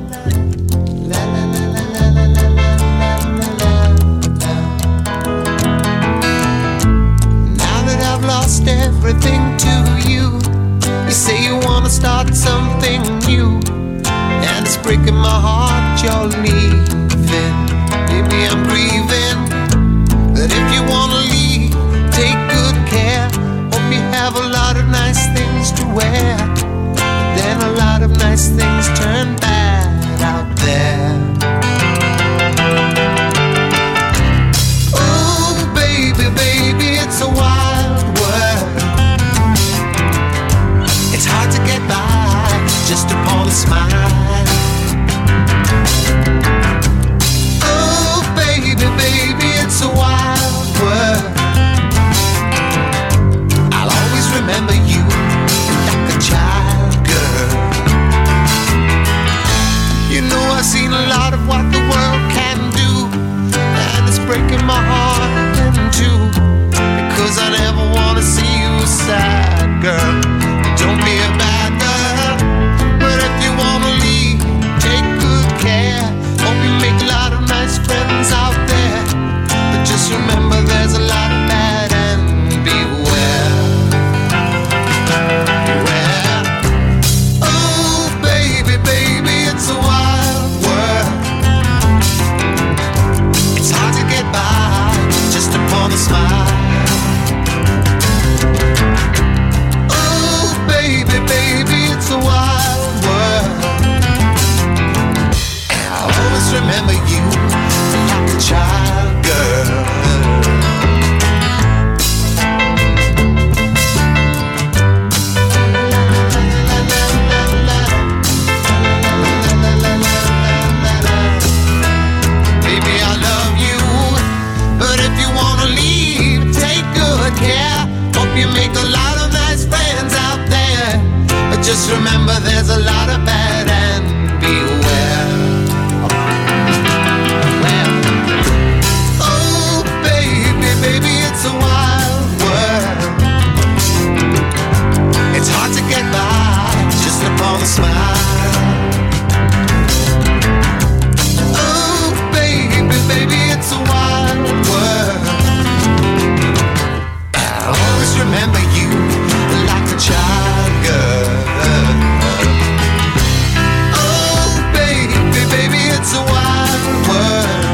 Now that I've lost everything to you, you say you wanna start something new, and it's breaking my heart you're leaving. Maybe I'm grieving, but if you wanna leave, take good care. Hope you have a lot of nice things to wear, but then a lot of nice things turn bad out there. Oh baby, baby, it's a wild world. It's hard to get by just upon a smile. Oh baby, baby, it's a wild world. I'll always remember you like a child, girl. You know I've seen a lot of what the world can do, and it's breaking my heart in two, because I never wanna see you sad, girl. Don't be a bad girl, but if you wanna leave, take good care. Hope you make a lot of nice friends out there, but just remember there's a lot of bad and beware. Beware. Oh baby, baby, it's a wild world. It's hard to get by just upon a smile. Oh baby, baby, it's a wild world. And I'll always remember you like a child, girl. Baby, I love you, but if you wanna leave, take good care. Hope you make a lot of nice friends out there, but just remember there's a lot of bad and beware. Oh baby, baby, it's a wild world. It's hard to get by just upon a smile. Oh baby, baby, it's a wild world. I'll always remember you like a child, girl. Oh baby, baby, it's a wild world,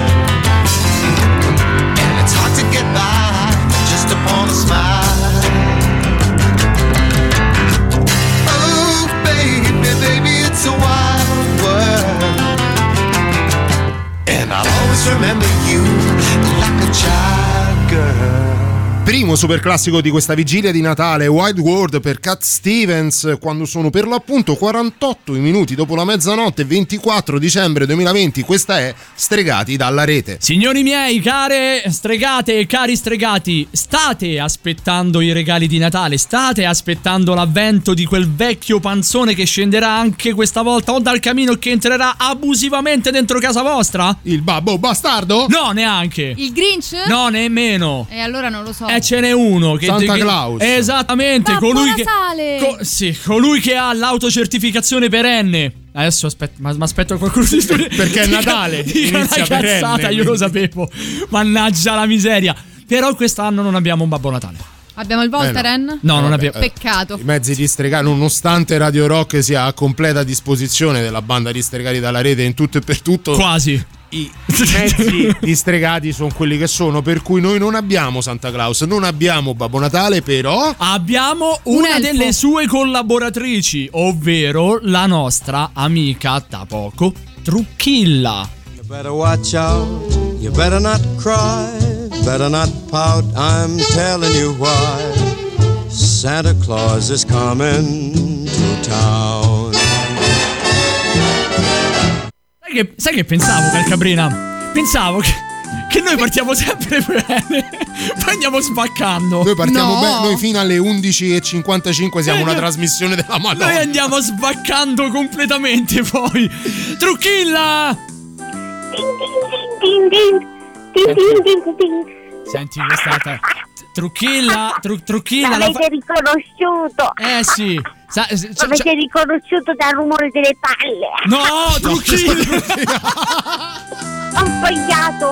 and it's hard to get by just upon a smile. Oh baby, baby, it's a wild world, and I'll always remember you like a child, girl. Primo super classico di questa vigilia di Natale, Wild World per Cat Stevens, quando sono per l'appunto quarantotto minuti dopo la mezzanotte, ventiquattro dicembre duemilaventi. Questa è Stregati dalla rete. Signori miei, care stregate e cari stregati, state aspettando i regali di Natale? State aspettando l'avvento di quel vecchio panzone che scenderà anche questa volta o dal camino e che entrerà abusivamente dentro casa vostra? Il babbo bastardo? No, neanche. Il Grinch? No, nemmeno. E allora non lo so. E ce n'è uno che Santa che- Claus. Esattamente, Babbo colui che Natale. co- sì, colui che ha l'autocertificazione perenne. Adesso aspetta, ma ma aspetto qualcuno di Perché è Natale, Dica una inizia cazzata, perenne, io lo quindi. sapevo. Mannaggia la miseria. Però quest'anno non abbiamo un Babbo Natale. Abbiamo il Voltaren? Eh No, non abbiamo. Peccato. I mezzi di stregati, nonostante Radio Rock sia a completa disposizione della banda di Stregati dalla rete in tutto e per tutto, Quasi. i mezzi distregati sono quelli che sono, per cui noi non abbiamo Santa Claus, non abbiamo Babbo Natale, però abbiamo Un una elfo. delle sue collaboratrici, ovvero la nostra amica da poco, Trucchilla. You better watch out, you better not cry, better not pout, I'm telling you why. Santa Claus is coming to town. Sai che, sai che pensavo, Calcabrina? Pensavo che, che noi partiamo sempre bene, poi andiamo sbaccando. noi partiamo No. bene, noi fino alle undici e cinquantacinque siamo una trasmissione della Noi Madonna. andiamo sbaccando completamente poi. Trucchilla! Ding ding ding ding ding ding. Senti questa ta- Trucchilla, tru- Trucchilla la L'avete fa- riconosciuto? Eh sì. Sa- s- c- L'avete riconosciuto dal rumore delle palle? No, Trucchilla! Ho sbagliato.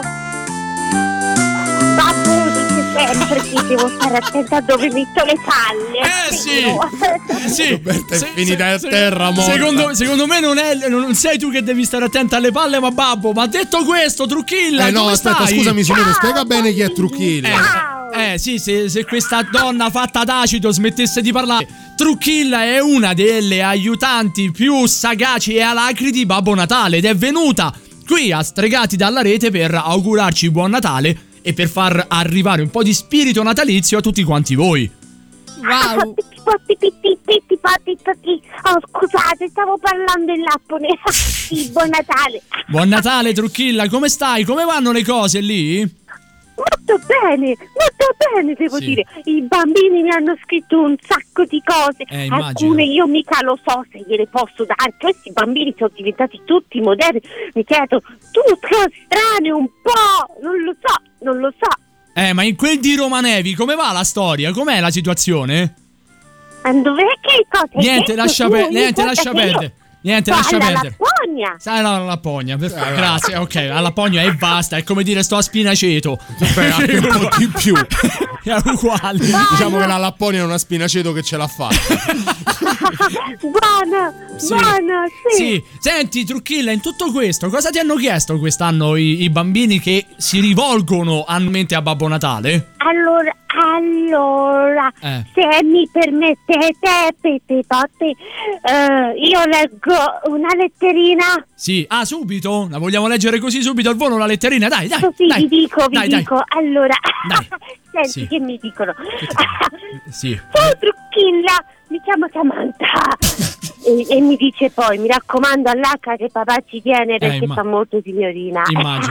Babbo dice sempre che devo stare attenta a dove metto le palle. Eh sì, eh sì. Roberta è Se- finita se- a terra, morta. Secondo, secondo me non, è, non sei tu che devi stare attenta alle palle, ma babbo. Ma detto questo, Trucchilla, Eh no, come aspetta, stai? scusami Simone, spiega bene chi è Trucchilla. Eh, eh sì, se, se questa donna fatta d'acido smettesse di parlare. Trucchilla è una delle aiutanti più sagaci e alacri di Babbo Natale ed è venuta qui a Stregati dalla Rete per augurarci buon Natale e per far arrivare un po' di spirito natalizio a tutti quanti voi. Wow. Potti, pitti, pitti, potti, potti. Oh, scusate, stavo parlando in lappone. Sì, buon Natale. Buon Natale, Trucchilla, come stai? Come vanno le cose lì? Molto bene, molto bene, devo Sì. dire. I bambini mi hanno scritto un sacco di cose. Eh, immagino. Alcune io mica lo so se gliele posso dare. Questi bambini sono diventati tutti moderni. Mi chiedo, tutte strane un po'. Non lo so, non lo so. Eh, ma in quel di Romanevi come va la storia? Com'è la situazione? Ma dov'è che cosa hai Niente, detto lascia tu? per- niente, Guarda lascia che io perdere. Niente, sto lascia alla perdere. Lapponia. Sai, no, alla Pogna, perfetto. Grazie, ok. Alla Pogna è basta, è come dire sto a Spinaceto. Beh, anche un po' di più. È uguale. Diciamo che la Lapponia è una Spinaceto che ce l'ha fatta. Buona, Sì. buona, sì. Sì, senti Trucchilla, in tutto questo, cosa ti hanno chiesto quest'anno i, i bambini che si rivolgono annualmente a Babbo Natale? Allora, allora, Eh. se mi permettete, Pepe Potti, eh, io leggo una letterina. Sì, ah, subito? La vogliamo leggere così subito al volo la letterina? Dai, dai. Così dai. vi dico, vi Dai, dai. dico. Allora, senti Sì. che mi dicono. Sì. Ciao Trucchilla, mi chiamo Samantha. e, e mi dice poi, mi raccomando all'H che papà ci tiene perché imma- fa molto signorina. Immagino.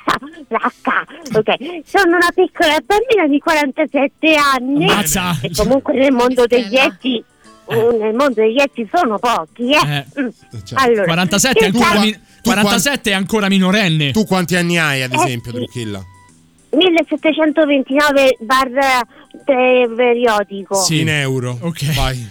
L'H, ok. Sono una piccola bambina di quarantasette anni. Ammazza. E comunque nel mondo degli Yeti, uh, nel mondo degli Yeti sono pochi, eh. Eh. Mm. Allora, quarantasette, è che ancora, sa- mi- quarantasette è ancora minorenne. Tu quanti anni hai, ad esempio, sì. Trucchilla? millesettecentoventinove barra periodico. Sì, in euro. Ok. Vai.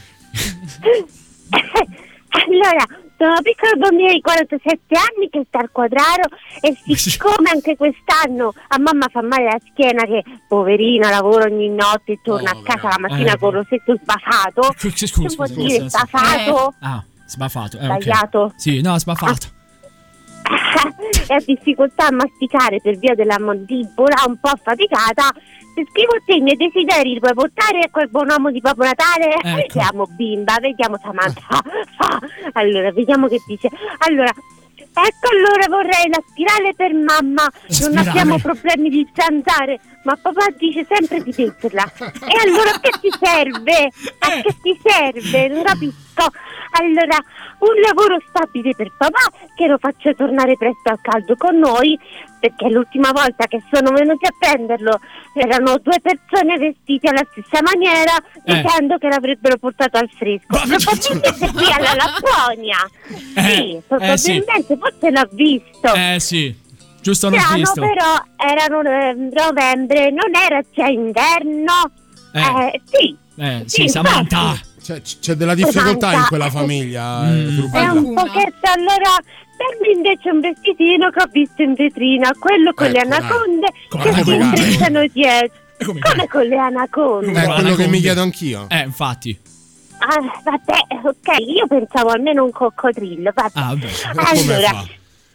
Allora, sono una piccola bambina di quarantasette anni che sta al quadraro e siccome anche quest'anno a mamma fa male la schiena che poverina lavora ogni notte e torna a casa la mattina Eh. con il rossetto sbafato. Scusa, si può scusa, dire scusa. sbafato? Ah, sbaffato. Eh, ok. Sbagliato. Sì, no, sbaffato. E ha difficoltà a masticare per via della mandibola, un po' affaticata. Se scrivo a te i miei desideri, li puoi portare a quel buon uomo di Babbo Natale? Ecco. Vediamo bimba, vediamo Samantha. Allora, vediamo che dice. Allora, ecco allora vorrei la spirale per mamma. Spirale. Non abbiamo problemi di zanzare, ma papà dice sempre di metterla. E allora a che ti serve? A che ti serve? Non capisco. Allora, un lavoro stabile per papà che lo faccio tornare presto al caldo con noi, perché l'ultima volta che sono venuti a prenderlo erano due persone vestite alla stessa maniera, Eh. dicendo che l'avrebbero portato al fresco. Probabilmente sei qui alla Lapponia. Sì, probabilmente, forse l'ho visto. Eh sì, giusto l'ho Strano, visto. però erano eh, novembre, non era già inverno. Eh. Eh, sì. Eh sì, Sì, Samantha. C'è, c'è della difficoltà in quella famiglia, eh, Mm. È Trucchilla. un pochetto, allora permi invece un vestitino che ho visto in vetrina, quello con le Ecco, dai. anaconde Come che le si anaconde? intrecciano dietro. Come con le anaconde? È quello che mi chiedo anch'io. Eh, infatti. Ah, vabbè, ok, io pensavo almeno un coccodrillo, vabbè. Ah, vabbè. Allora,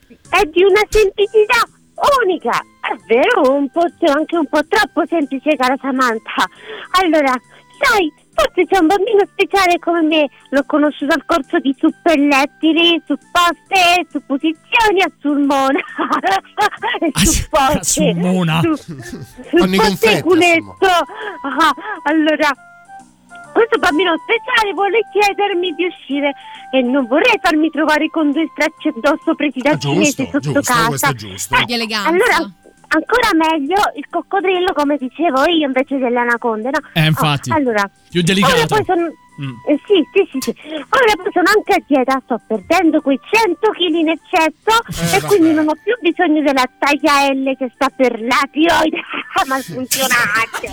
è di una semplicità unica. È vero, un po', anche un po' troppo semplice, cara Samantha. Allora, sai, forse c'è un bambino speciale come me, l'ho conosciuto al corso di suppellettili, supposte, supposizioni a Sulmona. supposte, Sulmona. Su, supposte culetto. Ah, allora, questo bambino speciale vuole chiedermi di uscire e non vorrei farmi trovare con due stracci addosso presi da Ah, cinesi giusto, sotto giusto, casa. questo è giusto. Eh, Di eleganza. allora, ancora meglio il coccodrillo, come dicevo io, invece delle anaconde, no? Eh, infatti. Oh, allora, Più delicato. ora poi sono... Mm. eh, sì, sì, sì, sì. Ora poi sono anche a dieta, sto perdendo quei cento chili in eccesso Eh, e vabbè. quindi non ho più bisogno della taglia L che sta per la tiroide malfunzionante.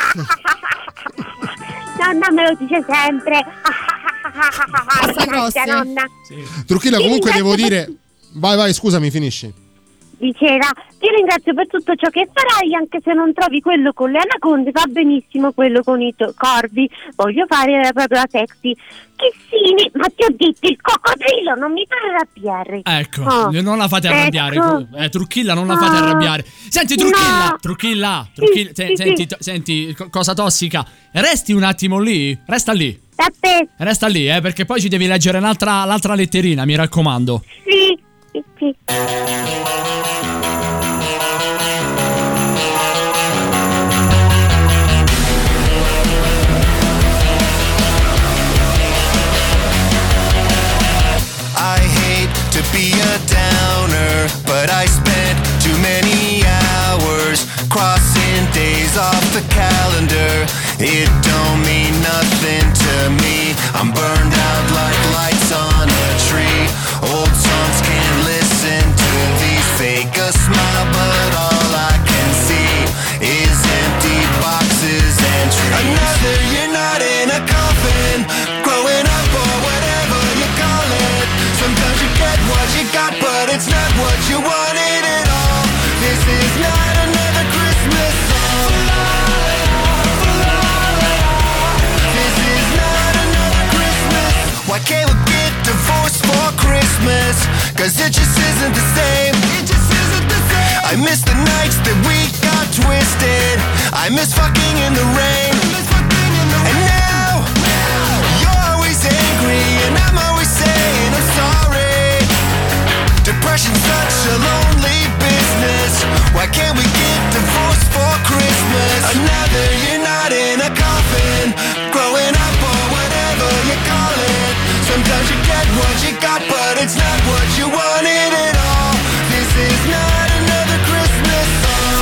Nonna me lo dice sempre. grossi. Grazie, nonna. Trucchilla, Ti comunque devo ringrazio dire. Vai, vai, scusami, finisci. Diceva, ti ringrazio per tutto ciò che farai, anche se non trovi quello con le anaconde, va benissimo quello con i to- corvi. Voglio fare proprio la sexy. Chissini, ma ti ho detto il coccodrillo, non mi fare arrabbiare. Ecco, Oh, non la fate arrabbiare. ecco. Eh, Trucchilla, non la fate Ah, arrabbiare. Senti, Trucchilla, no. Trucchilla, Trucchilla, Sì, se- sì, senti, sì. to- senti, co- cosa tossica. Resti un attimo lì, resta lì. Da te, Resta lì, eh, perché poi ci devi leggere l'altra, l'altra letterina, mi raccomando. sì, sì, sì. I hate to be a downer, but I spent too many hours crossing days off the calendar. It don't mean nothing to me. I'm burned out like lights on a tree. Old songs can't listen to these. Fake a smile, but all I can see is empty boxes and trees. Another year not in a coffin, growing up or whatever you call it. Sometimes you get what you got, but it's not what you wanted at all. This is not another Christmas song. This is not another Christmas. Why can't we get divorced for Christmas? Cause it just isn't the same. It just isn't the same. I miss the nights that we got twisted. I miss fucking in the rain. And now, you're always angry and I'm always saying I'm sorry. Depression's such a lonely business. Why can't we get divorced for Christmas? Another year not in a coffin, growing up or whatever you call it. Sometimes you get what you got, but it's not what you wanted at all. This is not another Christmas song.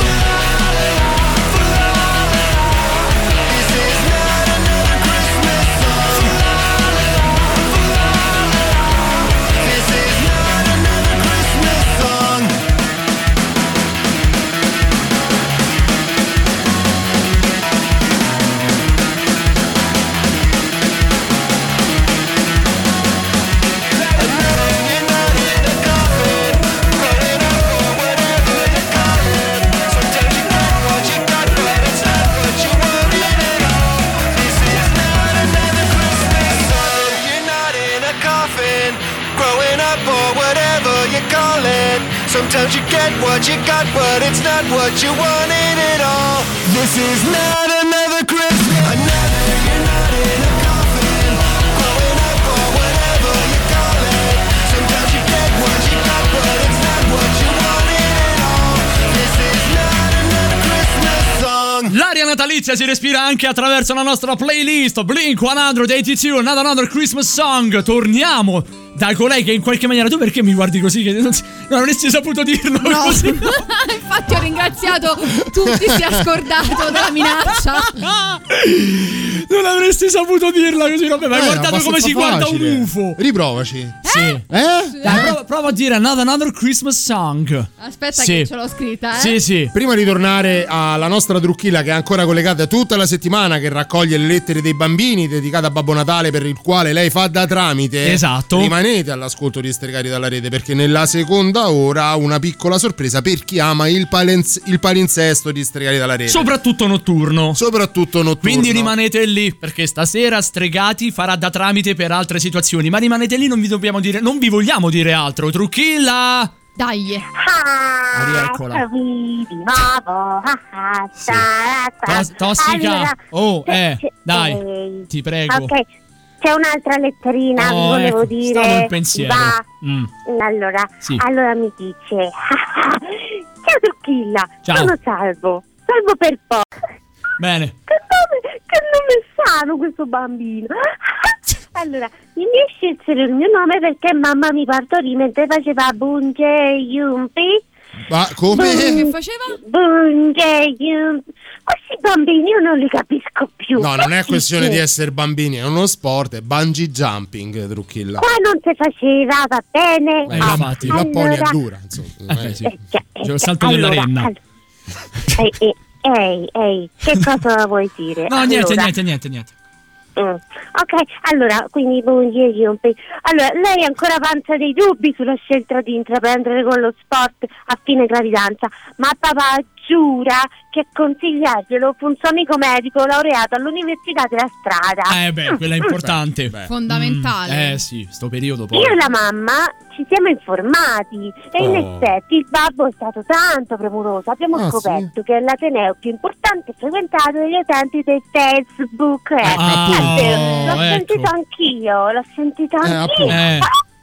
This is not another Christmas song. This is not another Christmas song. Sometimes you get what you got, but it's not what you wanted at all. This is not another Christmas. Another you're not in a coffin, growing up or whatever you call it. Sometimes you get what you got, but it's not what you wanted at all. This is not another Christmas song. L'aria natalizia si respira anche attraverso la nostra playlist Blink centottantadue, Not Another Christmas Song. Torniamo da colei che in qualche maniera... Tu perché mi guardi così? Che non, si... non avresti saputo dirlo No. così. Infatti ho ringraziato tutti, si è scordato della minaccia. Non avresti saputo dirla così. Vabbè, ma hai Eh, guardato come si abbastanza guarda un facile. U F O. Riprovaci. Sì. Eh? Dai, prova, prova a dire Another, another Christmas Song. Aspetta Sì. che ce l'ho scritta, eh. Sì, sì. Prima di tornare alla nostra trucchilla che è ancora collegata tutta la settimana, che raccoglie le lettere dei bambini, dedicata a Babbo Natale, per il quale lei fa da tramite. Esatto. Rimanete all'ascolto di Stregati dalla Rete, perché nella seconda ora una piccola sorpresa per chi ama il, palenz- il palinsesto di Stregati dalla Rete. Soprattutto notturno. Soprattutto notturno. Quindi rimanete lì, perché stasera Stregati farà da tramite per altre situazioni. Ma rimanete lì, non vi dobbiamo dire, non vi vogliamo dire altro. Trucchilla! Dai. Ah, Rieccola. vidi, vabbò, ah, ah, Sì. ta, ta. Tos- tossica. Allora, Oh, eh, c'è- dai, ehi. ti prego. Ok, c'è un'altra letterina, vi Oh, volevo ecco, dire. stavo in pensiero. Va. Mm. Allora, Sì. allora mi dice: ciao Trucchilla, Ciao. sono Salvo, Salvo per po'. Bene. Che nome, che nome sano questo bambino. Allora, i miei scelsero il mio nome perché mamma mi partorì mentre faceva Bunge Yumpi. Ma come? Che faceva? Bunge Yumpi. Questi bambini io non li capisco più. No, non è questione Sì. di essere bambini, è uno sport, è bungee jumping, Trucchilla. Qua non si faceva, va bene. Eh, Ah, infatti, la pony è allora- dura, insomma. non è- Eh, sì. Eh, già, eh, C'è lo già, salto allora, della renna. all- Ehi, ehi, ehi, ehi, che cosa vuoi dire? No, niente, Allora, niente, niente, niente. Mm. Ok, allora, quindi Bungie Yumpi. Allora, lei ancora avanza dei dubbi sulla scelta di intraprendere con lo sport a fine gravidanza, ma papà giura che consigliarglielo fu un suo amico medico laureato all'Università della Strada. Eh beh, quella è importante. Fondamentale. Mm, eh sì, sto periodo poi. Io e la mamma ci siamo informati e in Oh. effetti il babbo è stato tanto premuroso. Abbiamo Ah, scoperto che è l'ateneo più importante e frequentato dagli utenti del Facebook. Eh, Ah, è vero, l'ho ecco. sentito anch'io, l'ho sentito Eh, anch'io. appunto. Eh.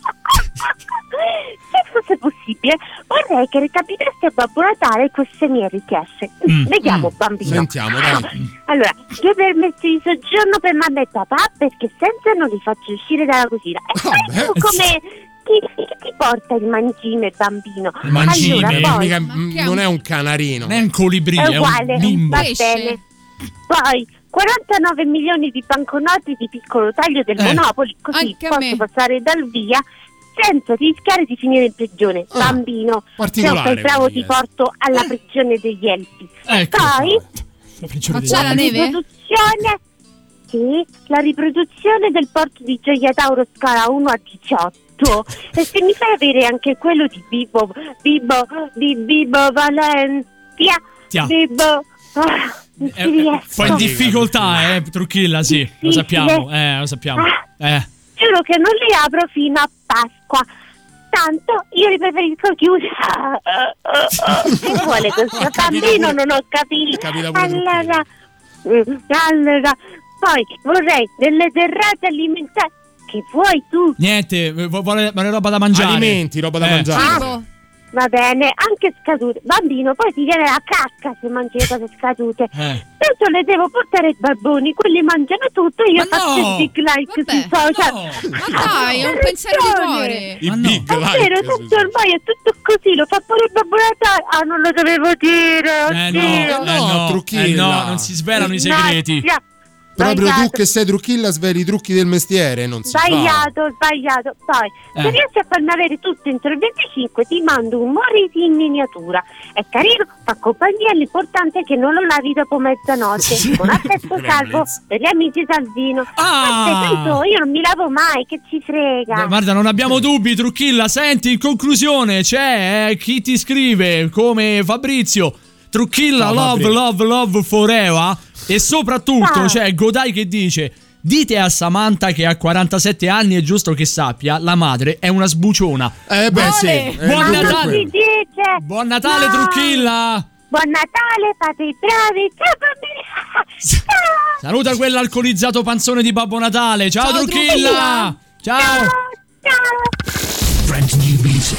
Se fosse possibile, vorrei che recapitasse a Babbo Natale queste mie richieste. Mm. Vediamo, bambino. Sentiamo, dai. Allora, due permessi di soggiorno per mamma e papà perché senza non li faccio uscire dalla cucina. E poi tu come chi, chi ti porta il mangime, bambino? Il mangime, allora, Eh, poi, mica- non è un canarino. Non è un colibrì, è è uguale, un bimbo. va bene. Poi quarantanove milioni di banconote di piccolo taglio del Eh. Monopoli, così Anche a posso me. passare dal via senza rischiare di finire in prigione. Ah, Bambino, se particolare, non fai bravo quindi, ti eh. porto alla prigione degli elfi. Ecco. Poi La prigione Ma degli c'è la anni. neve? riproduzione, sì, la riproduzione del porto di Gioia Tauro scala uno a diciotto. E se mi fai avere anche quello di Bibo, Bibo, di Bibo Valencia, Tia. Bibo, ah, non È, ci è un po' riesco. in difficoltà, eh, Trucchilla, sì, lo Difficile. sappiamo, eh, lo sappiamo. Eh. Giuro che non li apro fino a Pasqua. Tanto io li preferisco chiusi. Che vuole questo bambino? Non ho capito. Capita pure Allora, mm, allora, poi vorrei delle derrate alimentari. Che vuoi tu? Niente, vu- vuole, vuole roba da mangiare. Alimenti, roba da Eh. mangiare. Cibo. Va bene, anche scadute. Bambino, poi ti viene la cacca se mangi le cose scadute. Eh. Tanto le devo portare ai barboni, quelli mangiano tutto e io Ma faccio no! il big like Vabbè, sui social. no. Ma dai, è un pensiero di cuore. I Ma no. big È like. vero, tutto ormai è tutto così, lo fa pure il Babbo Natale. Ah, non lo dovevo dire, Eh no, oddio. eh No, no, Trucchilla. eh no, non si svelano i segreti. Mannaggia. Proprio tu Sbagliato. che sei Trucchilla sveli i trucchi del mestiere, non si fa. Sbagliato, sbagliato. Poi, se Eh. riesci a farmi avere tutto entro il venticinque, ti mando un Morisi in miniatura. È carino, fa compagnia, l'importante è che non lo lavi dopo mezzanotte. Con affetto salvo per gli amici Salvino. Ah! Ma tanto io non mi lavo mai, che ci frega. Eh, Guarda, non abbiamo dubbi, Trucchilla. Senti, in conclusione, c'è eh, chi ti scrive come Fabrizio. Trucchilla, Ciao, love, Fabrizio. love, love forever. E soprattutto Ciao. c'è Godai che dice: dite a Samantha che a quarantasette anni è giusto che sappia, la madre è una sbuciona. Eh beh, sì. Vole. eh, Buon Ma quello. non Natale. si dice. Buon Natale, No. Trucchilla. Buon Natale, fate i bravi. Ciao bambini. Ciao. Saluta quell'alcolizzato panzone di Babbo Natale. Ciao, Ciao, Trucchilla. Trucchilla. Ciao. Ciao. Ciao. Brand new music.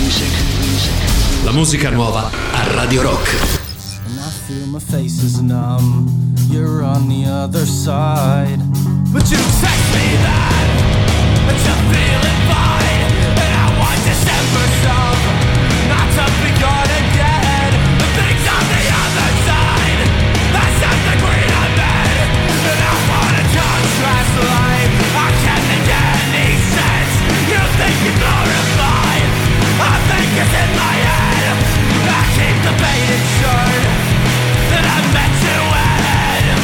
La musica nuova a Radio Rock. And I feel my face is numb. You're on the other side. But you text me that, but you're feeling fine. And I want December song, not to be gone again. The things on the other side, that's something green on bed. And I wanna contrast life, I can't make any sense. You think you're glorified, I think it's in my head. I keep debating short that I meant to end.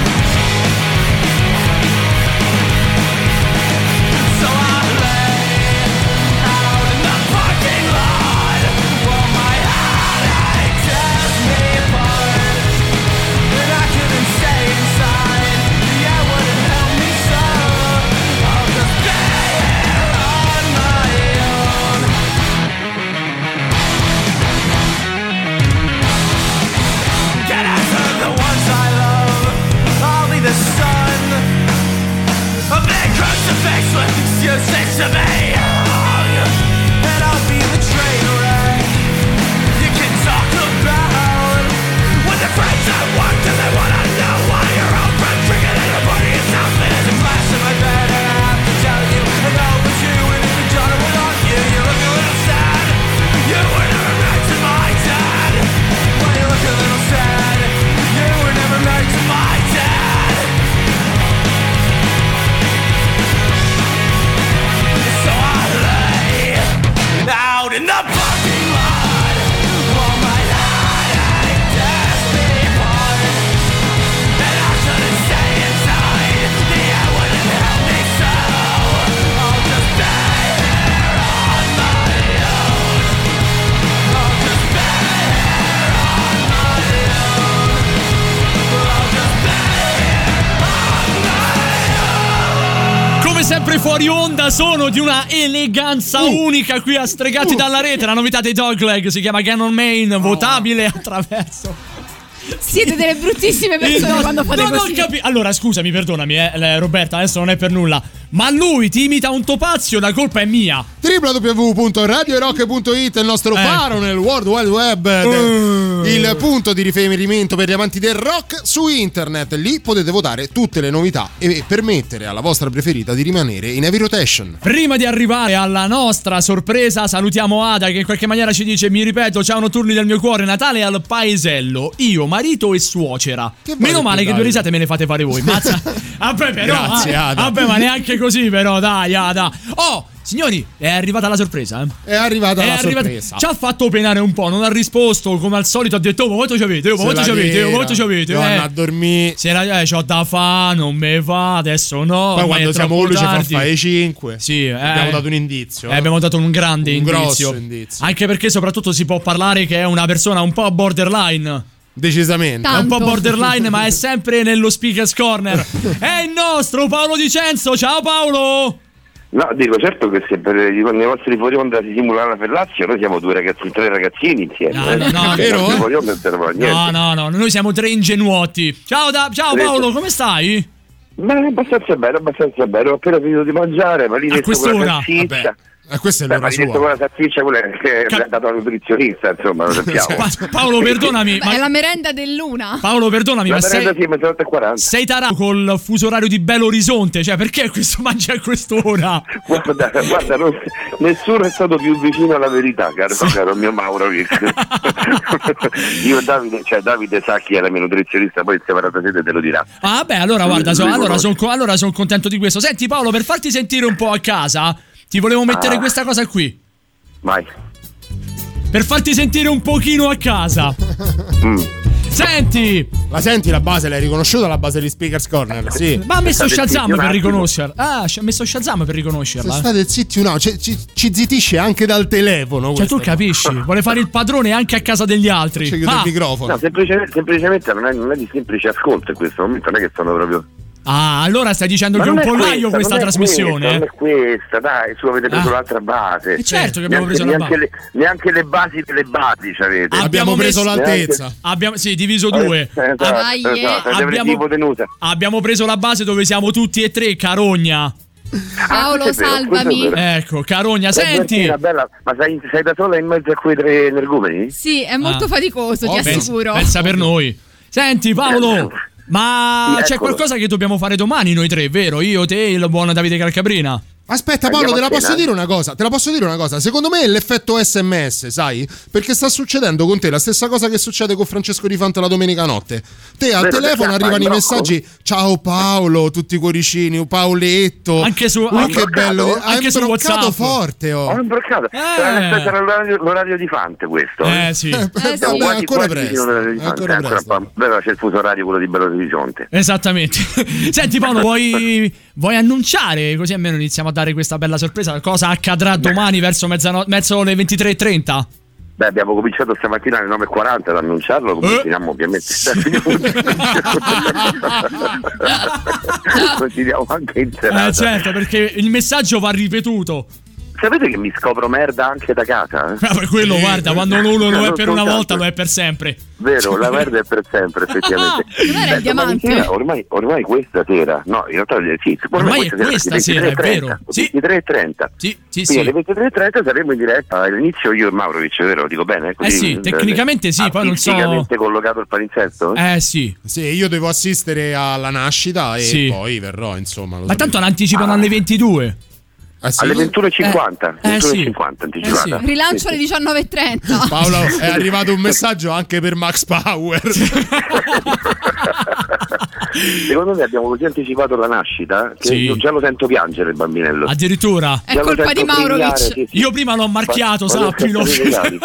So I lay out in the parking lot while my heartache tears me apart. sempre fuori onda, sono di una eleganza Uh. unica qui a Stregati Uh. dalla rete. La novità dei Dogleg si chiama Ganon Main, Oh. votabile attraverso. Siete delle bruttissime persone no, quando fate non così. ho capito. Allora, scusami, perdonami, eh, Roberta, adesso non è per nulla. Ma lui ti imita un topazio, la colpa è mia. w w w punto radio rock punto it, il nostro Eh. faro nel World Wide Web, Uh. il punto di riferimento per gli amanti del rock su internet. Lì potete votare tutte le novità e permettere alla vostra preferita di rimanere in heavy rotation. Prima di arrivare alla nostra sorpresa, salutiamo Ada che in qualche maniera ci dice: mi ripeto, ciao notturni del mio cuore, Natale al paesello, io, marito e suocera. Meno male che due risate me le fate fare voi. Mazza. Vabbè, però. Grazie, ah, Ada. Vabbè, ma neanche così, però, dai, Ada. Oh, signori, è arrivata la sorpresa, eh? È arrivata È la arrivata- sorpresa. Ci ha fatto penare un po', non ha risposto come al solito, ha detto: oh, ma quanto ci avete? Oh, ma Se quanto la ci avete? Oh, vera. ma quanto ci avete? Vanno Eh. a dormire. Se la, eh, c'ho da fa, non me va, adesso no. Poi ormai quando è siamo troppo con lui ci fa tardi. fare i cinque. Sì, eh. Abbiamo dato un indizio. Eh, abbiamo dato un grande Un indizio. grosso indizio. Anche perché soprattutto si può parlare che è una persona un po' borderline. Decisamente. È un po' Tanto. borderline, ma è sempre nello speaker's corner. È il nostro Paolo Dicenzo. Ciao Paolo! No, dico certo che se per i, nei vostri fuori onda si simula la Fellazio, noi siamo due ragazzi, tre ragazzini insieme. No, eh. no, no, Nei vero? vostri fuori onda non servono a niente. No, no, no, noi siamo tre ingenuoti. Ciao, da- ciao Sì. Paolo, come stai? Beh, abbastanza bene, abbastanza bene. Ho appena finito di mangiare, ma lì A detto con la quest'ora? salsiccia. Eh, questa è Beh, l'ora ma lì detto sua. con la salsiccia, quella che mi ha dato la nutrizionista, insomma, lo sappiamo. Pa- Paolo, perdonami, Beh, ma è la merenda dell'una. Paolo, perdonami, La ma merenda sei sì, mezzanotte e quaranta. sei tarato col fuso orario di Belo Horizonte? Cioè, perché questo mangia a quest'ora? Guarda, guarda non- nessuno è stato più vicino alla verità, caro, caro mio Mauro. Io Davide, cioè Davide sa chi è la mia nutrizionista, poi se avrà sede te lo dirà. Ah, beh, allora guarda, so- Lui allora conosce. sono allora son contento di questo. Senti Paolo, per farti sentire un po' a casa, ti volevo mettere Ah. questa cosa qui. Vai. Per farti sentire un pochino a casa. Mm. Senti! La senti la base? L'hai riconosciuta la base di Speaker's Corner? Sì. Ma ha messo State zitti Shazam un per attimo. riconoscerla. Ah, ha messo Shazam per riconoscerla. Se eh. state zitti un attimo, ci, ci, ci zittisce anche dal telefono. Cioè, questo. tu capisci? Vuole fare il padrone anche a casa degli altri. Ci chiude Ah. il microfono. No, semplicemente, semplicemente non, è, non è di semplice ascolto in questo momento, non è che sono proprio. Ah, allora stai dicendo Ma che è non un pollaio questa non è trasmissione? questa, non è questa, dai, su avete preso Ah. l'altra base. E certo che abbiamo Neanche- preso la neanche base. Le, neanche le basi delle basi ci avete. Abbiamo preso messo- l'altezza. Abbiamo, sì, diviso due. Eh, esatto, Ah, esatto, yeah. avete Abbiamo- tipo tenuta. Abbiamo preso la base dove siamo tutti e tre, Carogna. Paolo, questo è vero, salvami. questo è vero. Ecco, Carogna, Sei senti. Bertina, bella, ma sei, sei da sola in mezzo a quei tre energumeni? Sì, è molto Ah. faticoso, ti Oh, pensa- assicuro. Pensa per noi. Senti Paolo, ma Sì, c'è eccolo. qualcosa che dobbiamo fare domani noi tre, vero? Io, te e il buon Davide Calcabrina. Aspetta Paolo, Andiamo te la a posso cena? dire una cosa? Te la posso dire una cosa? Secondo me è l'effetto S M S, sai? Perché sta succedendo con te la stessa cosa che succede con Francesco Di Fante la domenica notte. Te al Vero, telefono perché arrivano i fai messaggi: ciao Paolo, tutti i cuoricini, Paoletto. Anche su- Ui, anche- che bello. anche Hai su imbroccato WhatsApp. forte, Ho oh. imbroccato. Eh. Sarà, sarà l'orario, l'orario di Fante questo. Eh sì. Eh, sì. Siamo vabbè, quasi, ancora quasi vicino presto. all'orario di Fante. Ancora Ancora un presto. po'. Beh, c'è il fuso orario, quello di Belo Horizonte. Esattamente. Senti Paolo, vuoi, vuoi annunciare così almeno iniziamo a dare questa bella sorpresa? Cosa accadrà domani verso mezzano- verso le ventitré e trenta? Beh, abbiamo cominciato stamattina alle nove e quaranta ad annunciarlo, Eh? continuiamo ovviamente. Continuiamo anche in serata. Eh certo, perché il messaggio va ripetuto. Sapete che mi scopro merda anche da casa? Eh? Ah, per quello guarda, quando uno lo è Non per una soltanto- volta lo è per sempre. Vero, la merda è per sempre, effettivamente. Non era il Beh, domani diamante? sera, ormai, ormai questa sera, no, in realtà sì, Ormai è questa sera, è vero. Sì. ventitré e trenta. Sì, sì, Quindi sì. alle ventitré e trenta saremo in diretta all'inizio io e Maurovic, vero? Dico bene? Eh sì, tecnicamente sì, poi non so. Artisticamente collocato il palinsesto? Eh sì. Sì, io devo assistere alla nascita e Sì. poi verrò, insomma. lo Ma tanto sapete. l'anticipano alle ventidue. Ah, sì? Alle ventuno e cinquanta. Eh, eh, ventuno e sì. cinquanta anticipata. Eh, sì. Rilancio alle diciannove e trenta. Paolo, è arrivato un messaggio anche per Max Power. Secondo me abbiamo così anticipato la nascita che Sì. io già lo sento piangere il bambinello. Addirittura. È Già lo colpa sento di Maurovic. frignare, sì, sì. Io prima l'ho marchiato, Ma- ma sappilo. non scherzo,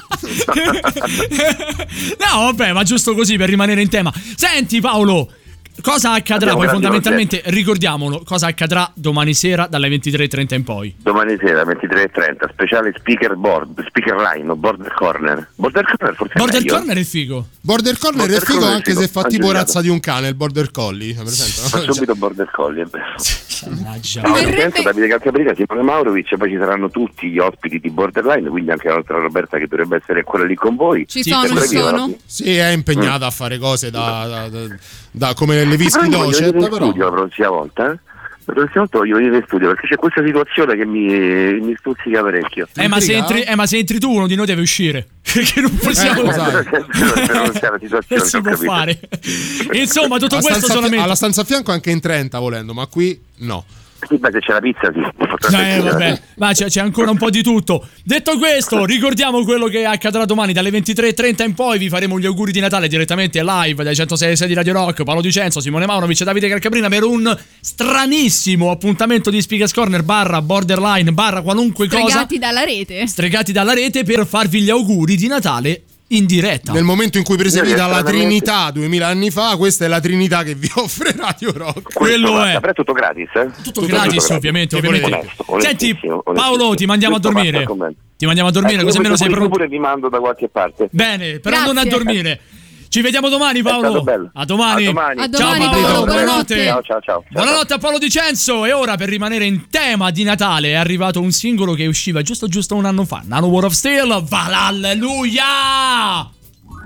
No, vabbè, ma giusto così per rimanere in tema. Senti Paolo, cosa accadrà Abbiamo poi grandi fondamentalmente, ricordiamolo, cosa accadrà domani sera dalle ventitré e trenta in poi? Domani sera ventitré e trenta, speciale speaker board, speaker line o border corner. Border corner forse è Border meglio. corner è figo. Border corner Border è figo corner è anche figo, se fa anche tipo figo. razza di un cane, il border collie. Per esempio, no? Fa subito border collie, è vero. Mannaggia. Paolo Vincenzo, Davide Calcabrina, Simone Maurovic, poi ci saranno tutti gli ospiti di Borderline, quindi anche la nostra Roberta che dovrebbe essere quella lì con voi. Ci Sì, sono, sempre ci viva, sono. no? Sì, è impegnata a fare cose da, da, da, da- come le whisky Però io voglio docet, venire in però. studio la prossima volta, eh? La prossima volta voglio venire in studio perché c'è questa situazione che mi, mi stuzzica parecchio. Eh ma, se entri, eh ma se entri tu uno di noi deve uscire. Che non possiamo Eh, esatto. non c'è la situazione, non si ho può capito. fare. Insomma, tutto Alla questo stanza a fi- solamente. alla stanza a fianco anche in trenta volendo, ma qui no. Sì, beh, se c'è la pizza, sì. Eh, vabbè, ma c'è, c'è ancora un po' di tutto. Detto questo, ricordiamo quello che accadrà domani dalle ventitré e trenta in poi. Vi faremo gli auguri di Natale direttamente live dai centosei e sei di Radio Rock. Paolo Dicenzo, Simone Maurovic e Davide Calcabrina per un stranissimo appuntamento di Speakers Corner barra Borderline barra qualunque cosa. Stregati dalla rete. Stregati dalla rete per farvi gli auguri di Natale in diretta. Nel momento in cui prese Io vita la stranamente- Trinità duemila anni fa, questa è la Trinità che vi offre Radio Rock. Quello Questo, è. Però è tutto gratis, eh? Tutto gratis, ovviamente, ovviamente. Onesto, Senti, onestissimo, Paolo, ti mandiamo a Questo dormire. basta il commento. Ti mandiamo a dormire, Ecco, così io almeno sei pure- pronto. pure vi mando da qualche parte. Bene, però Grazie. non a dormire. Ci vediamo domani, È stato Paolo. bello. A domani. A domani. A Ciao domani, Paolo, Paolo, buonanotte. buonanotte. Ciao, ciao, ciao. Buonanotte a Paolo Dicenzo. E ora, per rimanere in tema di Natale, è arrivato un singolo che usciva giusto giusto un anno fa. Nano War of Steel. Valhalleluja!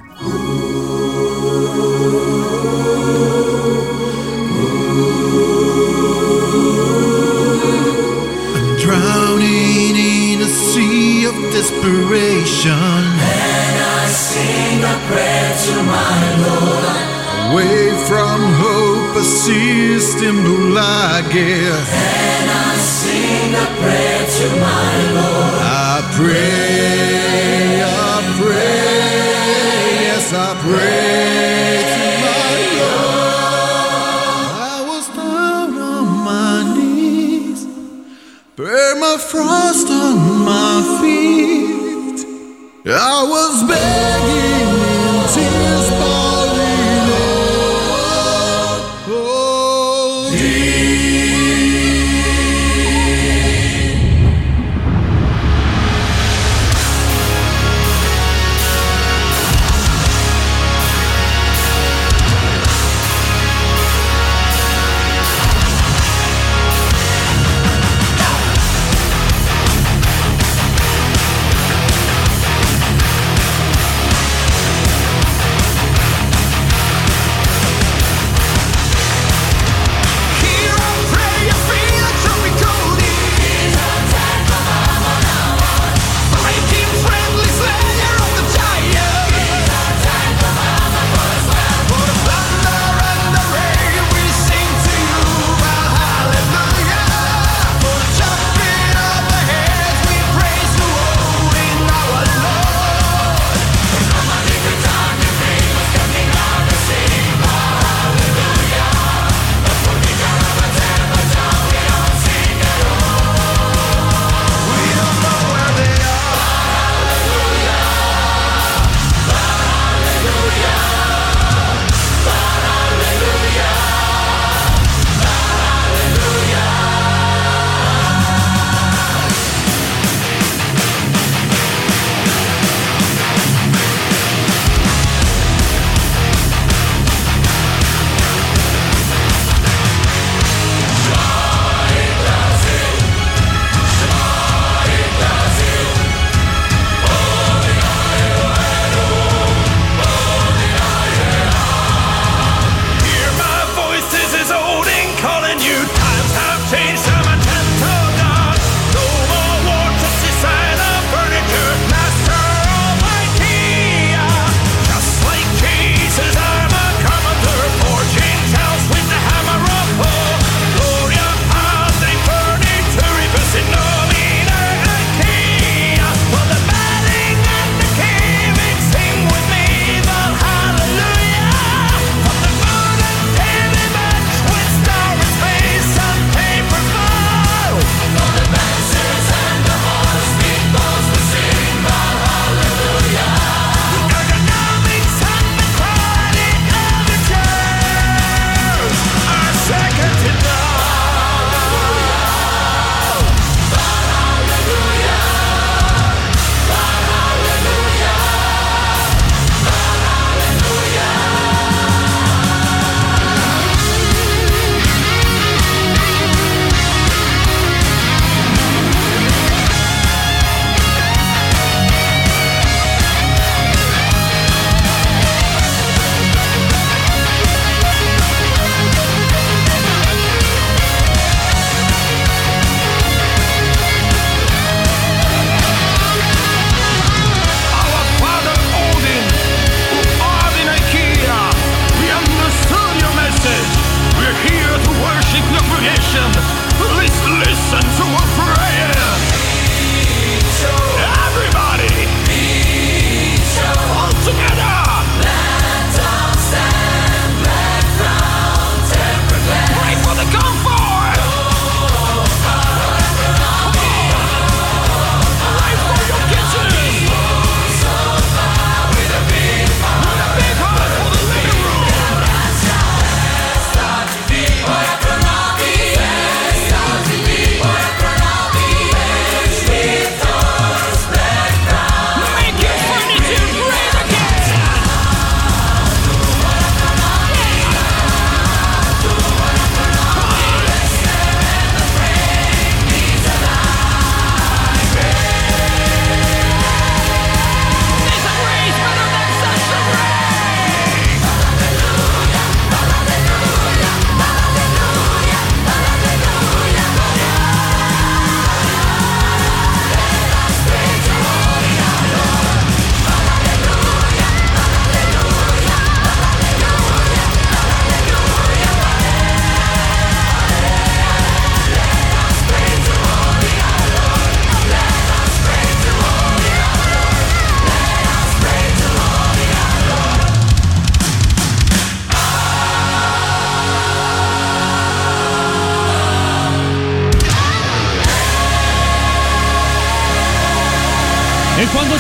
Drowning in a sea of desperation. And I sing a prayer to my Lord. Away from hope, a system blue like it. And I sing a prayer to my Lord. I pray, I pray, yes I pray to my Lord. I was down on my knees. Burn my frost on my feet. I was begging in tears for you, Lord. Oh, deep.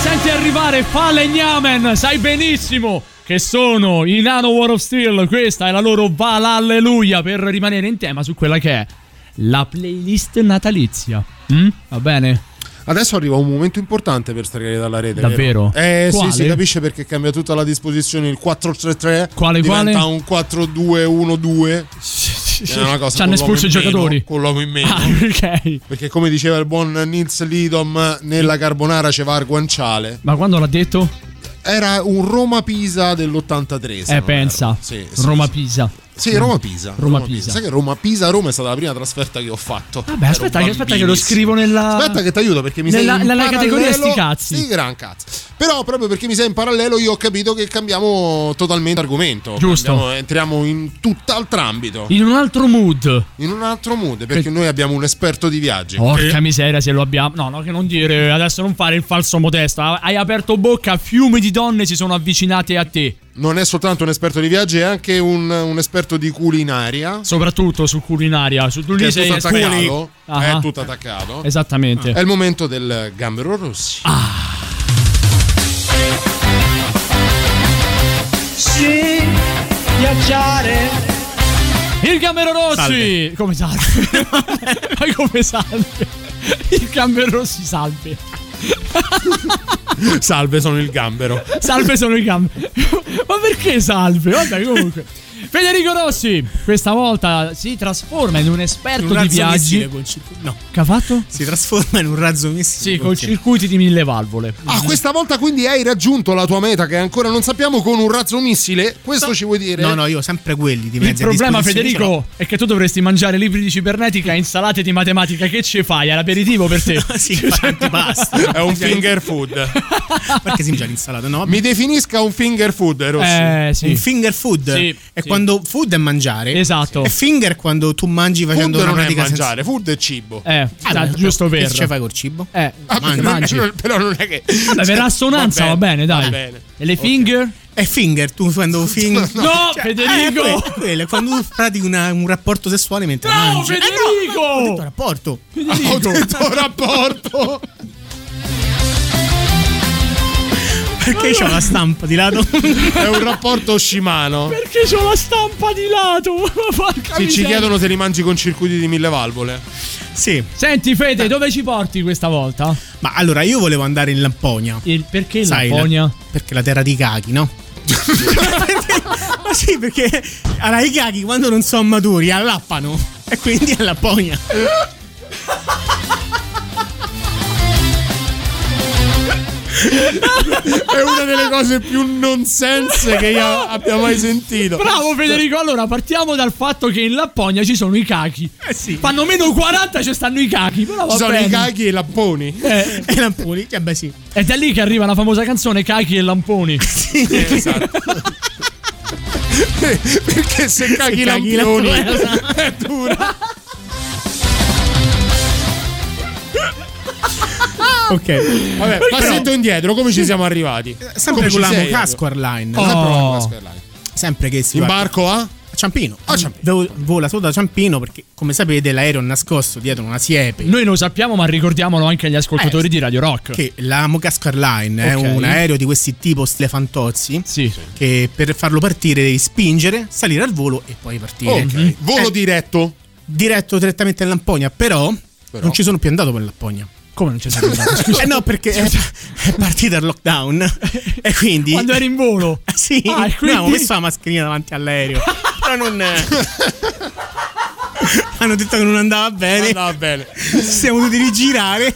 senti arrivare Fallen Yamen, sai benissimo che sono i Nano War of Steel. Questa è la loro Valalleluia, per rimanere in tema su quella che è la playlist natalizia. Mm? Va bene? Adesso arriva un momento importante per stare dalla rete. Davvero? Vero? Eh Quale? sì, si capisce perché cambia tutta la disposizione. Il quattro tre tre quale, diventa quale? un quattro due uno due. È una cosa. Ci hanno espulso i giocatori. Meno, con l'uomo in meno. Ah, ok. Perché come diceva il buon Nils Lidom, nella carbonara c'è va il guanciale. Ma quando l'ha detto? Era un Roma-Pisa dell'ottantatré. Eh, pensa. Sì, sì, Roma-Pisa. Sì, Roma-Pisa. Roma-Pisa. Sai che Roma-Pisa-Roma è stata la prima trasferta che ho fatto. Vabbè, aspetta che, aspetta che lo scrivo nella... Aspetta che ti aiuto perché mi nella, sei in nella categoria parallelo... sti cazzi. Sì, gran cazzo. Però proprio perché mi sei in parallelo io ho capito che cambiamo totalmente argomento. Giusto. Cambiamo, entriamo in tutt'altro ambito. In un altro mood. In un altro mood, perché noi abbiamo un esperto di viaggi. Porca miseria se lo abbiamo. No, no, che non dire, adesso non fare il falso modesto. Hai aperto bocca, fiumi di donne si sono avvicinate a te. Non è soltanto un esperto di viaggi, è anche un, un esperto di culinaria. Soprattutto su culinaria. Su tu Che lì è sei tutto attaccato. Ah. È tutto attaccato. Esattamente. È il momento del Gambero Rossi. Ah. Sì, viaggiare. Il Gambero Rossi. Salve. Come salve? Ma come salve? Il Gambero Rossi salve. Salve, sono il Gambero. Salve, sono il Gambero. Ma perché salve? Vabbè, comunque. Federico Rossi questa volta si trasforma in un esperto un di viaggi. Col circuito. No. Che ha fatto? Si trasforma in un razzo missile. Sì, con circuiti di mille valvole. Ah, questa volta quindi hai raggiunto la tua meta che ancora non sappiamo con un razzo missile. Questo no. ci vuoi dire? No, no, io ho sempre quelli di mezzo. Il problema, Federico, è che tu dovresti mangiare libri di cibernetica e insalate di matematica. Che ci fai? È l'aperitivo per te? Sì, fa antipasto. È un finger food. Perché si mangia l'insalata? No? Mi definisca un finger food, Rossi. Eh, sì. Un finger food Sì, è sì. quando food è mangiare. Esatto. E finger quando tu mangi facendo Food una non è pratica mangiare, senza... food è cibo. Eh, Allora, sta, giusto che per. ce fai col cibo? Eh, Ah, mangi. però- mangi. Però non è che. Vabbè, per assonanza va bene, dai. Va bene. E le finger? È finger, tu quando finger... No, Federico! Eh, quello, quello, quando tu pratichi una- un rapporto sessuale mentre No, mangi. Federico! Eh no, ho detto rapporto. Ho detto rapporto. Perché c'ho la stampa di lato? È un rapporto scimano. Perché c'ho la stampa di lato? Porca Sì, ci miseria. chiedono se li mangi con circuiti di mille valvole. Sì. Senti, Fede, dove ci porti questa volta? Ma allora io volevo andare in Lapponia. Il, perché Sai, Lapponia? la- perché la terra di cachi, no? Ma sì, perché allora, i cachi quando non sono maturi allappano. E quindi è Lapponia. È una delle cose più nonsense che io abbia mai sentito. Bravo Federico, allora partiamo dal fatto che in Lapponia ci sono i cachi. Eh sì. Fanno meno quaranta, ci stanno i cachi. Però va Ci sono bene. i cachi e i lapponi. Eh, E lamponi? Eh beh sì. Ed è lì che arriva la famosa canzone Cachi e Lamponi. Sì. Esatto. Perché se caghi i caghi i lampioni lamponi, è dura. Ok. Vabbè, passetto indietro, come ci siamo arrivati? Sempre Come con ci la sei? Casco Airline. Sempre con la Oh. Casco Airline. Sempre che si In va barco a? a Ciampino. A Ciampino. Vo- Vola solo da Ciampino perché, come sapete, l'aereo è nascosto dietro una siepe. Noi lo sappiamo, ma ricordiamolo anche agli ascoltatori Eh, di Radio Rock. Che la Mocasco Airline Ok. è un aereo di questi tipo stile Fantozzi. Sì. Che per farlo partire devi spingere, salire al volo e poi partire. Ok. Volo Eh, diretto. diretto direttamente in Lapponia, però, Però. non ci sono più andato per Lapponia. Come non ci sei andato? Scusa. Eh no, perché è, è partito il lockdown. E quindi. Quando eri in volo? Sì, Ah, e noi quindi- avevo messo la mascherina davanti all'aereo. Però non. Hanno detto che non andava bene. Andava bene. Siamo dovuti rigirare.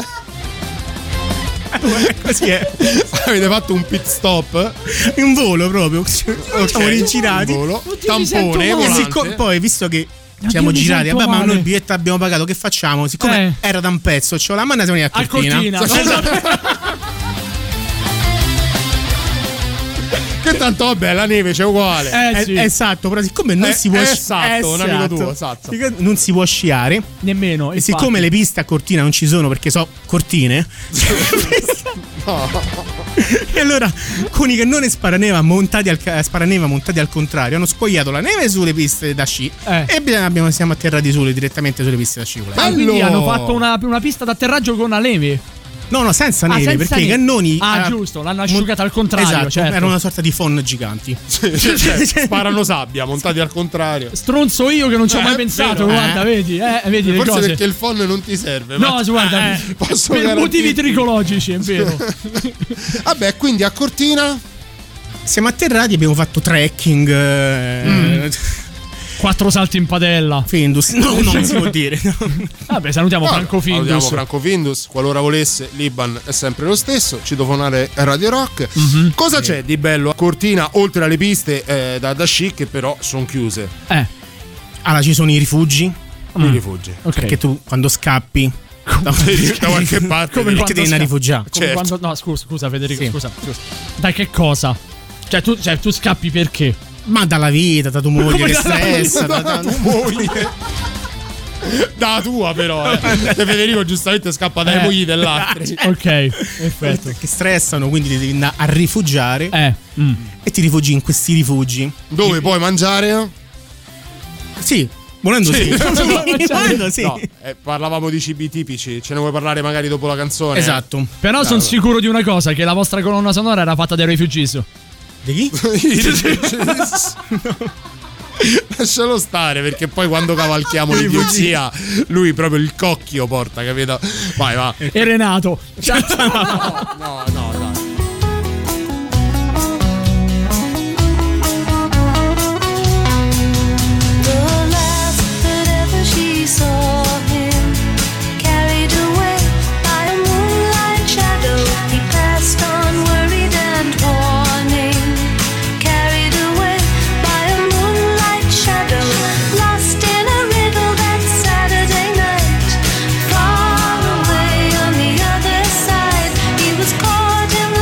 Così è. Avete fatto un pit stop. In volo proprio. Siamo Ok, rigirati. in volo. Oddio, mi sento Tampone, male. E volante. sicco- poi, visto che Oddio, siamo mi girati, sento vabbè, ma male. noi il biglietto abbiamo pagato, che facciamo? Siccome Eh. era da un pezzo, c'ho la mano a Al cortina. cortina. Esatto. Che tanto vabbè, la neve c'è uguale. Eh, Eh, sì. Esatto, però siccome non Eh, si può eh, sci- esatto, un amico tuo, esatto. Siccome non si può sciare Nemmeno. e siccome le piste a cortina non ci sono perché so cortine. E allora alcuni che non sparaneva montati al, ca- sparaneva montati al contrario hanno scogliato la neve sulle piste da sci Eh. e abbiamo, abbiamo- siamo atterrati sulle, direttamente sulle piste da sci. Ah, quindi Bello! hanno fatto una, una pista d'atterraggio con la neve. No, no, senza Ah, neve, senza perché neve. i cannoni. Ah, eh, giusto, l'hanno asciugata al contrario. Esatto, certo. era una sorta di phon giganti. Cioè, sparano sabbia, montati al contrario. Stronzo io che non ci ho Eh, mai pensato, vero, guarda, eh. vedi, eh, vedi le Forse cose. perché il phon non ti serve. No, ma- guarda, eh, posso per garantirti. motivi tricologici, è vero. Vabbè, quindi a Cortina siamo atterrati, abbiamo fatto trekking. eh, Mm. Quattro salti in padella. Findus. No, no, non si può dire. no. Vabbè, salutiamo No, Franco Findus. Salutiamo Franco Findus. Qualora volesse, l'Iban è sempre lo stesso. Citofonare Radio Rock. Mhm. Cosa c'è di bello a Cortina, oltre alle piste eh, da, da sci, che però sono chiuse? Eh. Allora, ci sono i rifugi. I rifugi. Ok. Perché tu quando scappi da, da qualche parte Come devi- quando ti devi sca- rifugiare. come Certo. quando- no, scusa, scusa Federico, Sì. scusa, scusa. Da che cosa? Cioè tu, cioè, tu scappi perché? Ma dalla vita, da tua moglie Come che dalla stressa. vita? Da, da- tua moglie. Da tua però eh. Federico giustamente scappa dai Eh. mogli dell'altro. Ok, perfetto. che stressano, quindi ti devi andare a rifugiare. Eh. mm. E ti rifugi in questi rifugi. Dove puoi mangiare? Sì, volendo sì. Volendo sì. No, eh, parlavamo di cibi tipici, ce ne vuoi parlare magari dopo la canzone? Esatto. Però Ah, sono vabbè. sicuro di una cosa, che la vostra colonna sonora era fatta dai Refugees. Di chi? Lascialo stare, perché poi quando cavalchiamo l'idiozia lui proprio il cocchio porta, capito? Vai, va. E Renato. No, no, no, no. The last that ever she saw him, carried away by a moonlight shadow, he passed on worried and warning. Carried away by a moonlight shadow, lost in a riddle that Saturday night. Far away on the other side, he was caught in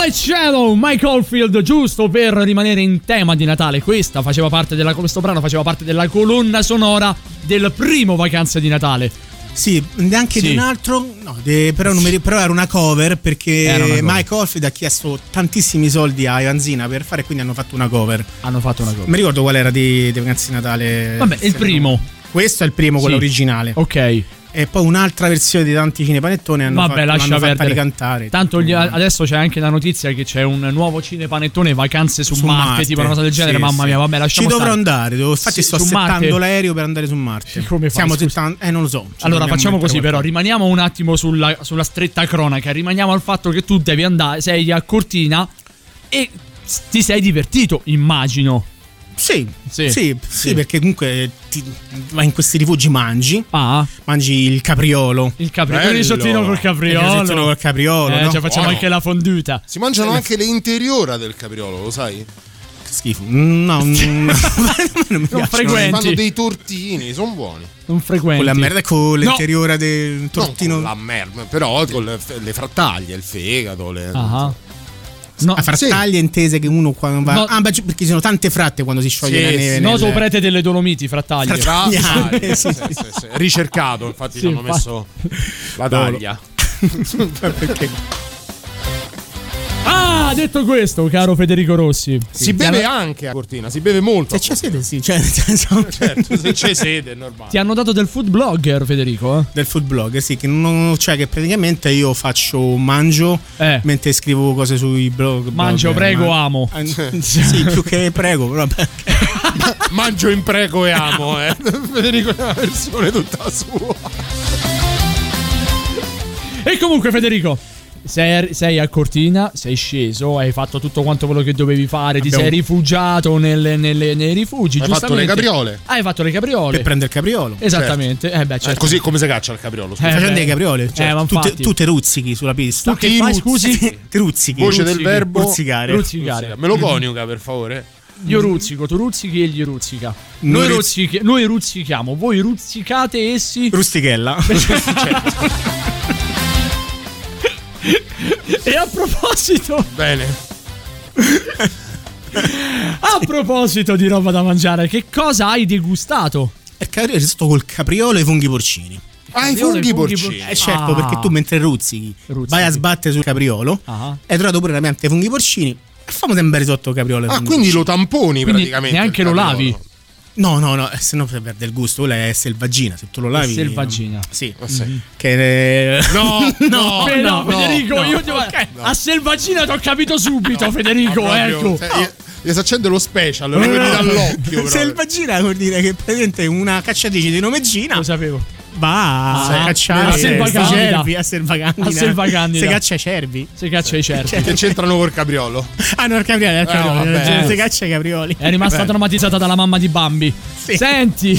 Night Shadow, Mike Oldfield, giusto per rimanere in tema di Natale. Questa faceva parte della, questo brano faceva parte della colonna sonora del primo Vacanze di Natale. Sì, neanche Sì. di un altro, no, de- però, non mi- però era una cover perché Era una cover. Mike Oldfield ha chiesto tantissimi soldi a Ivanzina per fare, quindi hanno fatto una cover. Hanno fatto una cover. Mi ricordo qual era di, di Vacanze di Natale. Vabbè, il Se primo. no- Questo è il primo, quello Sì. originale. Ok. E poi un'altra versione di tanti cinepanettoni hanno Vabbè, fatto, lascia l'hanno fatta perdere. ricantare. Tanto gli- adesso c'è anche la notizia che c'è un nuovo cinepanettone Vacanze su, Su Marte, Marte. tipo una cosa del genere. Sì, Mamma sì. mia, vabbè, lasciamo Ci dovrò stare. andare, devo- infatti Sì, sto su aspettando Marte. l'aereo per andare su Marte. Come fai, Siamo scusa? settanta eh non lo so. ci Allora dobbiamo facciamo così, mettere però qualcosa. rimaniamo un attimo sulla, sulla stretta cronaca. Rimaniamo al fatto che tu devi andare, sei a Cortina e ti sei divertito, immagino. Sì, Sì. sì, sì, Sì. perché comunque ti, vai in questi rifugi, mangi, Ah. mangi il capriolo. Il capriolo, il risottino col Il capriolo. risottino col capriolo, Eh, no? cioè facciamo Buono. anche la fonduta. Si mangiano anche le interiora del capriolo, lo sai? Che schifo. No, non, non mi Non piace. frequenti. Fanno dei tortini, sono buoni. Non frequenti. Con la merda, con No. l'interiora del tortino. Non con la merda, però con le, le frattaglie, il fegato, le... Ah. No, a frattaglie intese che uno quando va. No. Ah, beh, perché ci sono tante fratte quando si scioglie Sì, la neve. sì. Noto nelle- prete delle Dolomiti, frattaglie. Frattaglie. Fra- Sì, sì, sì, sì. Ricercato, infatti Sì, ci hanno infatti. messo la taglia. Perché? Ah, detto questo, caro Federico Rossi. Si beve anche a Cortina, si beve molto. Se c'è sede, sì, cioè, nel senso. Certo, se c'è sede è normale. Ti hanno dato del food blogger, Federico? Eh? Del food blogger, sì, che non, cioè che praticamente io faccio mangio Eh. mentre scrivo cose sui blog. Mangio, blogger, prego, ma- amo. Eh, sì, più che prego, però vabbè. Mangio, imprego e amo, eh. Federico è una versione tutta sua. E comunque, Federico, sei, sei a Cortina, sei sceso, hai fatto tutto quanto quello che dovevi fare, ti Abbiamo- sei rifugiato nelle- nelle- nei rifugi. Hai fatto giustamente. le capriole. Hai fatto le capriole. Per prendere il capriolo. Esattamente. Eh beh, Eh, certo. così come si caccia il capriolo? scusa? Eh, Facendo beh. dei capriole, cioè, Eh, ma tu, infatti. te, tu te ruzzichi sulla pista. Tu che fai, scusi? Ti ruzzichi. Voce del Ruzzichi. verbo ruzzicare. Ruzzicare. Me lo coniuga, per favore. Io ruzzico, tu ruzzichi, egli ruzzica. Noi Noi, ruzz- ruzzichi- noi ruzzichiamo, voi ruzzicate essi. Rustichella. E a proposito, Bene. a proposito di roba da mangiare, che cosa hai degustato? Il capriolo è risotto col capriolo e i funghi porcini. Ah, i Capriolo e funghi funghi porcini. por- Eh certo, Ah. perché tu mentre ruzzichi, Ruzzichi. vai a sbattere sul capriolo, Ah. hai trovato pure la pianta dei funghi porcini e famo sempre risotto capriolo e Ah, funghi quindi lo porcini. tamponi Quindi praticamente. neanche il lo capriolo. lavi? No, no, no, eh, se no perde il gusto, quella è selvaggina, se tu lo lavi. Selvaggina. Sì. Ah, sì. Che No, no, Beh, no, no, Federico, no. io ti a Selvagina ti ho capito subito, Federico, Ah, proprio, ecco. cioè, io- io si accende lo special, lo vedi dall'occhio. però. Selvaggina vuol dire che praticamente una cacciatrice di nome Gina Lo sapevo. va Ah, a cacciare a Selva sti Candida. cervi, a Selva Candida. A Selva Candida. Se caccia i cervi. Se caccia i cervi. Che c'entrano col capriolo? Ah no, il capriolo, il capriolo, vabbè. hai ragione, se caccia i caprioli. È rimasta Beh. traumatizzata dalla mamma di Bambi. Sì. Senti,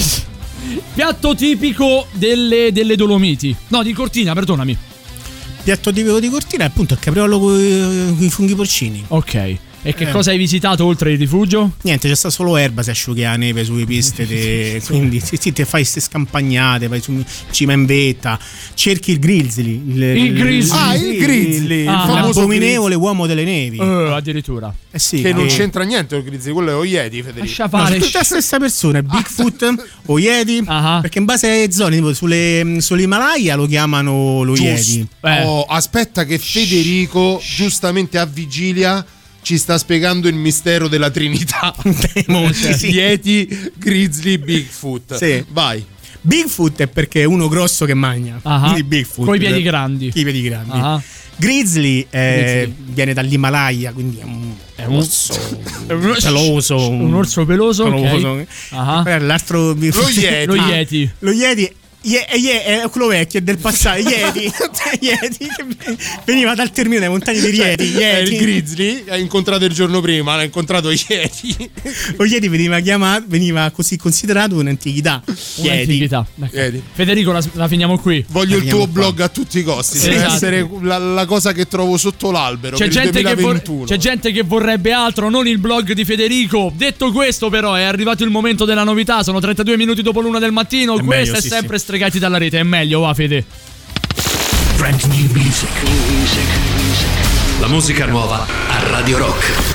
piatto tipico delle, delle Dolomiti. No, di Cortina, perdonami. Piatto tipico di Cortina è appunto il capriolo con i funghi porcini. Ok. E che Eh. cosa hai visitato oltre il rifugio? Niente, c'è sta solo erba, si asciughi la neve sulle piste, te- quindi sì, sì, te fai queste scampagnate, vai su cima in vetta, cerchi il grizzly. Il, Il grizzly. Ah, il grizzly, Ah, il famoso l'abominevole uomo delle nevi. Eh, addirittura. Eh sì, Che non c'entra niente il grizzly, quello è lo Yeti, Federico. Lascia No, fare. sono tutte la stessa persona, Bigfoot o Yeti, Ah. perché in base alle zone, tipo sulle, sull'Himalaya lo chiamano lo Yeti. Eh. Oh, aspetta che Federico, giustamente a vigilia, ci sta spiegando il mistero della Trinità. Dei monti, sì. Yeti, Grizzly, Bigfoot. Sì. Vai. Bigfoot è perché è uno grosso che mangia. Ah. Quindi Bigfoot. Coi piedi grandi. I piedi grandi. Ah. Grizzly, eh, Grizzly. viene dall'Himalaya, quindi è un, È un orso è un orso- peloso. un orso peloso, ok. peloso. Ah. Eh, L'altro Lo Yeti. Lo Yeti. Lo Yeti Ye- ye- è quello vecchio, è del passato. Yeti, Yeti che veniva dal termine delle montagne di Rieti. È il Yeti. Grizzly, ha incontrato il giorno prima, l'ha incontrato Yeti. Lo Yeti veniva chiamato, veniva così considerato un'antichità. Yeti. Un'antichità. Ecco. Yeti. Federico, la, la finiamo qui. Voglio il Finiamo tuo qua. blog a tutti i costi. Sì, Deve esatto. essere la, la cosa che trovo sotto l'albero. C'è per gente, il che vor- duemilaventuno. c'è gente che vorrebbe altro, non il blog di Federico. Detto questo, però, è arrivato il momento della novità. Sono trentadue minuti dopo l'una del mattino. È Questa meglio, è sì, sempre Stregati dalla rete. È meglio, va, Fede. Trend New Music. La musica nuova a Radio Rock.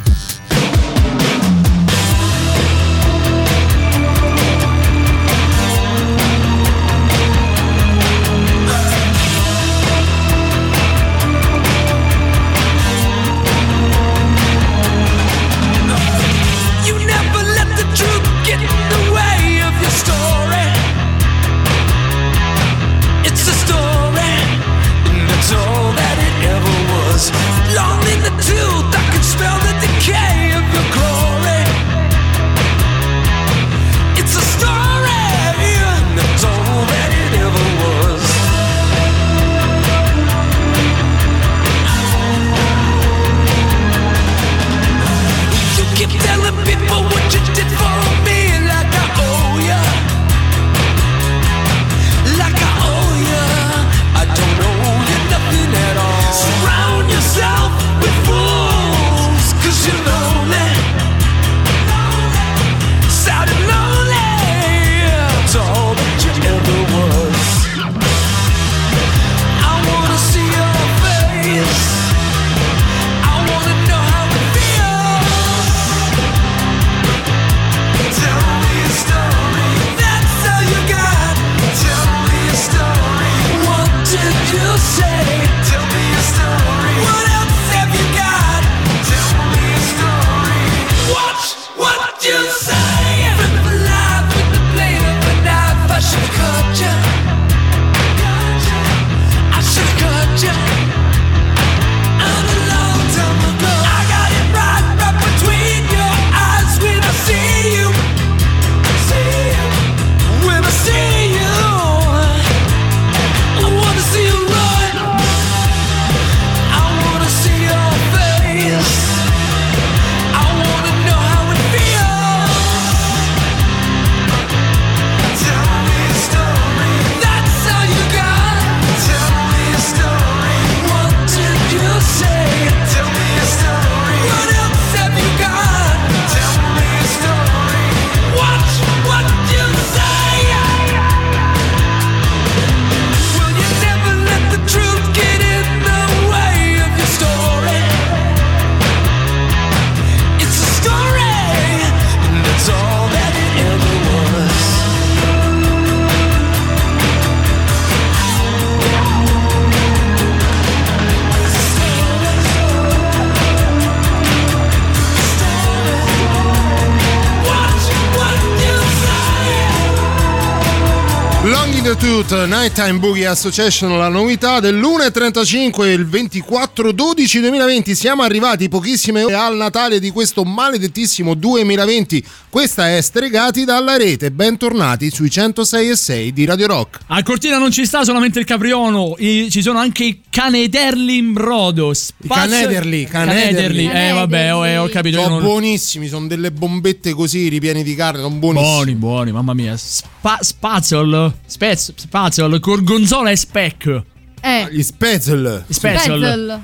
Nighttime Boogie Association, la novità dell'uno e trentacinque, il ventiquattro dodici duemilaventi. Siamo arrivati pochissime ore al Natale di questo maledettissimo duemilaventi. Questa è Stregati dalla rete. Bentornati sui centosei e sei di Radio Rock. A Cortina non ci sta solamente il Capriono, i, ci sono anche i Canederli in brodo. Spazio... I Canederli, Canederli. Eh vabbè, ho, eh, ho capito. Sono non... buonissimi, sono delle bombette così ripieni di carne, sono buonissimi. Buoni, buoni, mamma mia. Spa- Spazzol, spez, Spazzol, gorgonzola e speck. Eh. Gli Spezzel. Spezzel.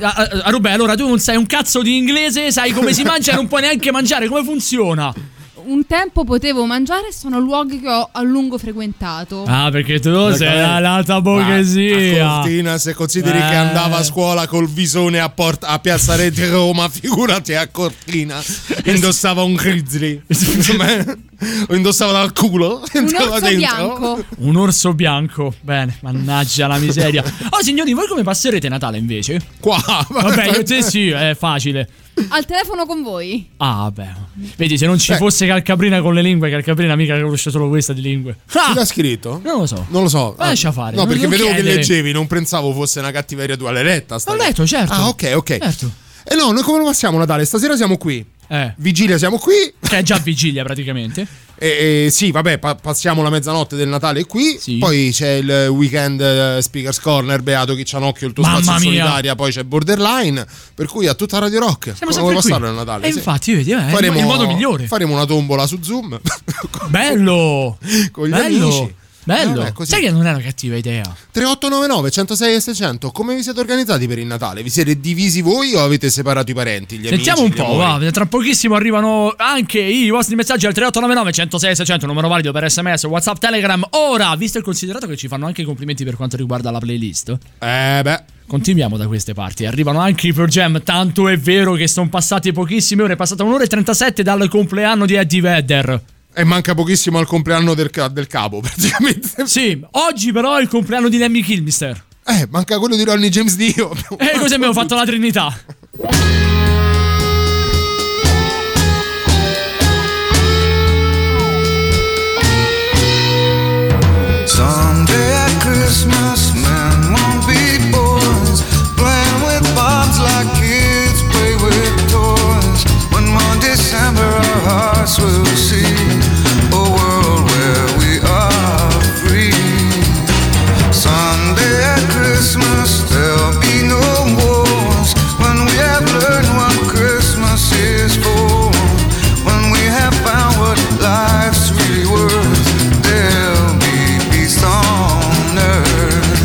A Rubè, allora tu non sai un cazzo di inglese, sai come si mangia e non puoi neanche mangiare, come funziona? Un tempo potevo mangiare e sono luoghi che ho a lungo frequentato. Ah, perché tu sei la nata borghesia. A Cortina, se consideri eh. che andava a scuola col visone a, Porta, a Piazza Rete Roma, figurati a Cortina. Indossava un grizzly. Lo indossava dal culo. Un orso dentro. bianco. Un orso bianco. Bene, mannaggia la miseria. Oh signori, voi come passerete Natale invece? Qua. Vabbè, io te sì, è facile. Al telefono con voi. Ah, vabbè. Vedi, se non ci Beh. fosse Calcabrina con le lingue, Calcabrina mica conosce solo questa di lingue. Ah! Chi l'ha scritto? Non lo so. Non lo so. Ma lascia fare. No, perché vedevo chiedere. che leggevi, non pensavo fosse una cattiveria tua. L'hai letta? L'ho letto, certo. Ah, ok, ok. Certo. E no, noi come lo passiamo Natale? Stasera siamo qui. Eh. Vigilia siamo qui. Che è già vigilia praticamente. E, e sì, vabbè, pa- passiamo la mezzanotte del Natale qui. Sì. Poi c'è il weekend uh, Speakers Corner, Beato chi c'ha un occhio, il tuo Mamma spazio in mia. solitaria. Poi c'è Borderline. Per cui a tutta Radio Rock siamo come sempre passare qui. il Natale. E sì. infatti, vedi, eh, faremo, il modo migliore. Faremo una tombola su Zoom. Bello. Con gli Bello. amici. Bello, eh, sai che non è una cattiva idea. tre otto nove nove centosei e seicento. Come vi siete organizzati per il Natale? Vi siete divisi voi o avete separato i parenti, gli Sentiamo amici? un po', va, tra pochissimo arrivano anche i vostri messaggi al tre otto nove nove centosei e seicento, numero valido per sms, WhatsApp, Telegram. Ora, visto e considerato che ci fanno anche i complimenti per quanto riguarda la playlist. Eh beh, continuiamo da queste parti. Arrivano anche i Pearl Jam, tanto è vero che sono passate pochissime ore, è passata un'ora e trentasette dal compleanno di Eddie Vedder. E manca pochissimo al compleanno del, del capo, praticamente. Sì, oggi però è il compleanno di Lemmy Kilmister. Eh, manca quello di Ronnie James Dio. E così abbiamo fatto la Trinità. Someday at Christmas, men won't be boys, playing with bombs like kids play with toys. One more December, our hearts will see a world where we are free. Someday at Christmas, there'll be no wars, when we have learned what Christmas is for, when we have found what life's really worth. There'll be peace on earth.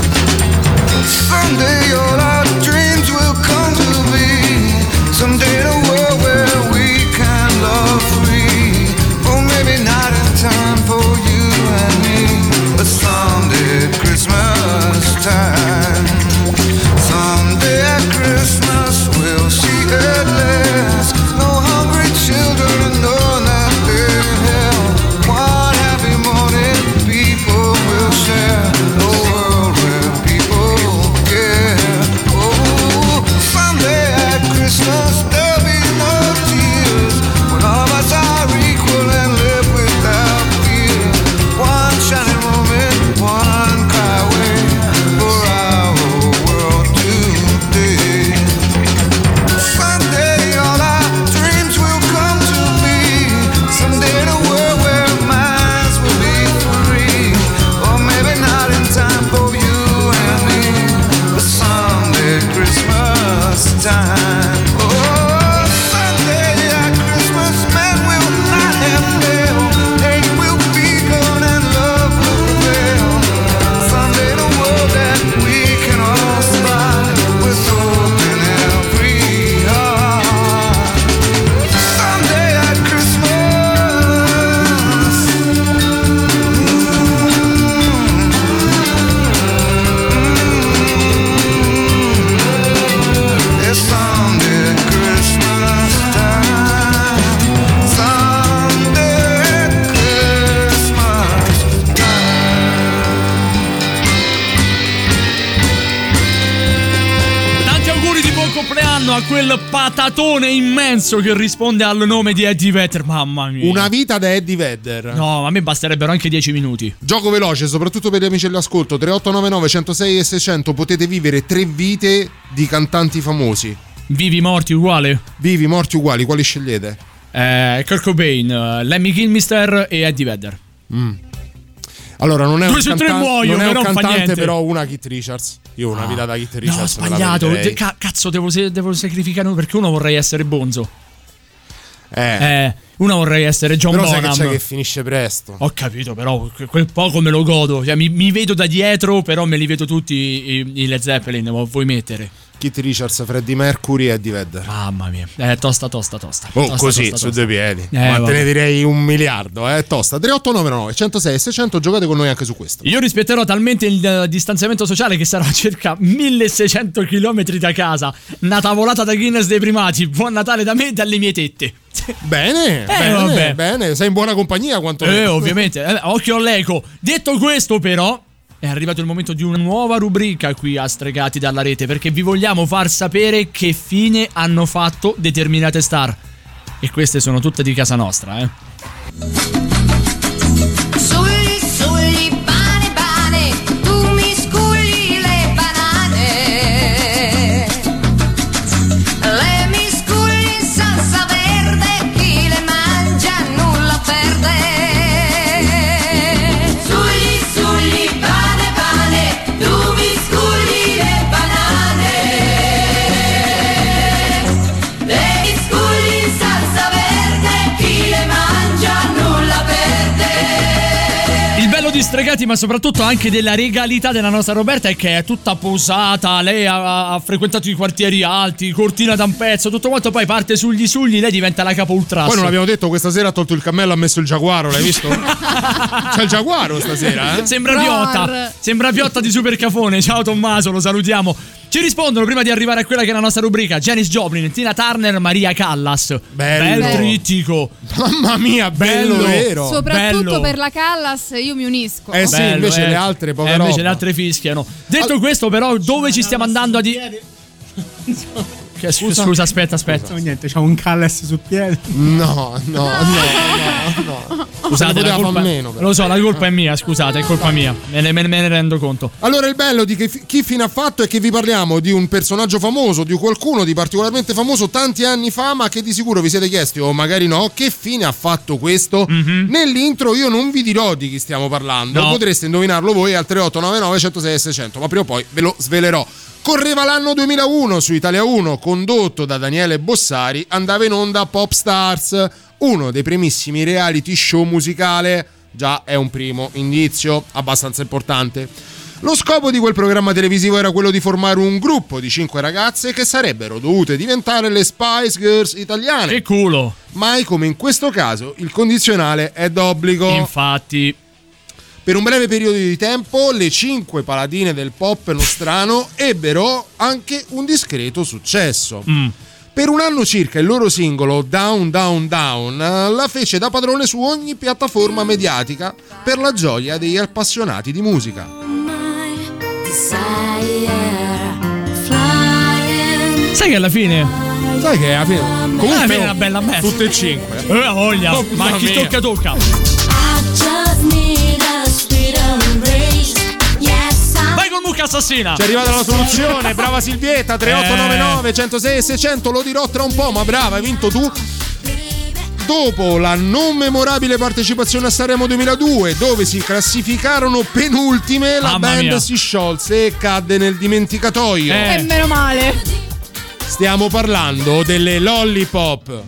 Someday all our dreams will come to be. Someday the world where we can love free. Or maybe not in time for you and me, but someday at Christmas time. Someday at Christmas we'll see at last no hungry children, no nothing in hell. One happy morning people will share, a world where people care. Oh, someday at Christmas there'll be no tears, when all of us are equal and live without fear. One shining moment, one cry away for our world today. Someday all our dreams will come to be. Someday the world where minds will be free. Or maybe not in time for you and me, but someday at Christmas time. Oh, someday at Christmas men will not have failed. Hate will be gone and love will prevail. Someday the world that we can all spy with hope in every heart. Someday at Christmas. Yes, someday at Christmas time. Someday at Christmas Tanti auguri di buon compleanno a quel patatone immenso che risponde al nome di Eddie Vedder. Mamma mia. Una vita da Eddie Vedder. No, a me basterebbero anche dieci minuti. Gioco veloce, soprattutto per gli amici all'ascolto. tre otto nove nove, centosei e seicento. Potete vivere tre vite di cantanti famosi. Vivi, morti uguale? Vivi, morti uguali, quali scegliete? Eh, Kurt Cobain, uh, Lemmy Kilmister e Eddie Vedder. Mm. Allora, non è Due un, su tre cantan- muoiono, non è un non fa cantante, niente. però una Keith Richards. Io una Ah. vita da Keith No, ho Richards me la sbagliato. prenderei. De- ca- cazzo, devo, se- devo sacrificare uno perché uno vorrei essere Bonzo. Eh. Eh, uno vorrei essere John Però sai Bonham. che c'è che finisce presto. Ho capito, però que- quel poco me lo godo. Cioè, mi, mi vedo da dietro, però me li vedo tutti i, i Led Zeppelin. Ma vuoi mettere? Keith Richards, Freddie Mercury e Eddie Vedder. Mamma mia. Eh, tosta, tosta, tosta. Oh, Tosta, così, tosta, su tosta. due piedi. Eh, Ma te vabbè. ne direi un miliardo, eh, tosta. tre otto nove nove, centosei e seicento, giocate con noi anche su questo. Io rispetterò talmente il eh, distanziamento sociale che sarà a circa milleseicento chilometri da casa. Una tavolata da Guinness dei primati. Buon Natale da me e dalle mie tette. Bene, Eh, bene, vabbè. bene. Sei in buona compagnia quanto Eh, ovviamente. Eh, occhio all'eco. Detto questo, però, è arrivato il momento di una nuova rubrica qui a Stregati dalla Rete, perché vi vogliamo far sapere che fine hanno fatto determinate star. E queste sono tutte di casa nostra, eh. Sugli, sugli, pane, pane, tu mi scugli le banane. Le mi scugli in salsa verde, chi le mangia nulla perde. Sugli, sugli, pane, pane, tu mi scugli le banane. Le mi scugli in salsa verde, chi le mangia nulla perde. Il bello di Stregati, ma soprattutto anche della regalità della nostra Roberta, è che è tutta posata. Lei ha, ha frequentato i quartieri alti, Cortina da un pezzo, tutto quanto. Poi parte sugli sugli, lei diventa la capo ultras. Poi non abbiamo detto, questa sera ha tolto il cammello, ha messo il giaguaro, l'hai visto? C'è il giaguaro stasera, eh? Sembra Piotta. Sembra Piotta di Supercafone. Ciao Tommaso, lo salutiamo. Ci rispondono prima di arrivare a quella che è la nostra rubrica: Janis Joplin, Tina Turner, Maria Callas. Bello. Bel trittico. Mamma mia, bello, Bello. vero. Soprattutto Bello. per la Callas io mi unisco. Eh sì, Bello, invece eh. le altre poche eh, invece roba. le altre fischiano. Detto questo, però, dove ci stiamo andando a di... Che- scusa, scusa, aspetta, aspetta. No, niente, c'ha un Callas sul piede. No, no, no, no, no. Scusate, la colpa, meno, però. lo so, la colpa è mia, scusate, è colpa mia. Me ne, me ne- me ne rendo conto. Allora, il bello di che, chi fine ha fatto è che vi parliamo di un personaggio famoso, di qualcuno di particolarmente famoso tanti anni fa, ma che di sicuro vi siete chiesti, o magari no, che fine ha fatto questo? Mm-hmm. Nell'intro io non vi dirò di chi stiamo parlando, No. potreste indovinarlo voi al tre otto nove nove, centosei e seicento, ma prima o poi ve lo svelerò. Correva l'anno duemilauno su Italia uno, condotto da Daniele Bossari, andava in onda Pop Stars, uno dei primissimi reality show musicale. Già è un primo indizio abbastanza importante. Lo scopo di quel programma televisivo era quello di formare un gruppo di cinque ragazze che sarebbero dovute diventare le Spice Girls italiane. Che culo. Mai come in questo caso il condizionale è d'obbligo. Infatti. Per un breve periodo di tempo le cinque paladine del pop nostrano ebbero anche un discreto successo. Mm. Per un anno circa il loro singolo Down Down Down la fece da padrone su ogni piattaforma mediatica per la gioia degli appassionati di musica. Sai che alla fine... Sai che alla fine... Comunque alla fine è una bella messa. Tutte e cinque. Eh, voglia. Oh, Ma mamma chi mia. tocca tocca. Vai col mucca assassina. Ci è arrivata la soluzione, brava Silvietta, tre otto nove nove, centosei e seicento, lo dirò tra un po', ma brava, hai vinto tu. Dopo la non memorabile partecipazione a Sanremo duemiladue, dove si classificarono penultime, la Mamma band mia. si sciolse e cadde nel dimenticatoio. Eh. E meno male. Stiamo parlando delle Lollipop.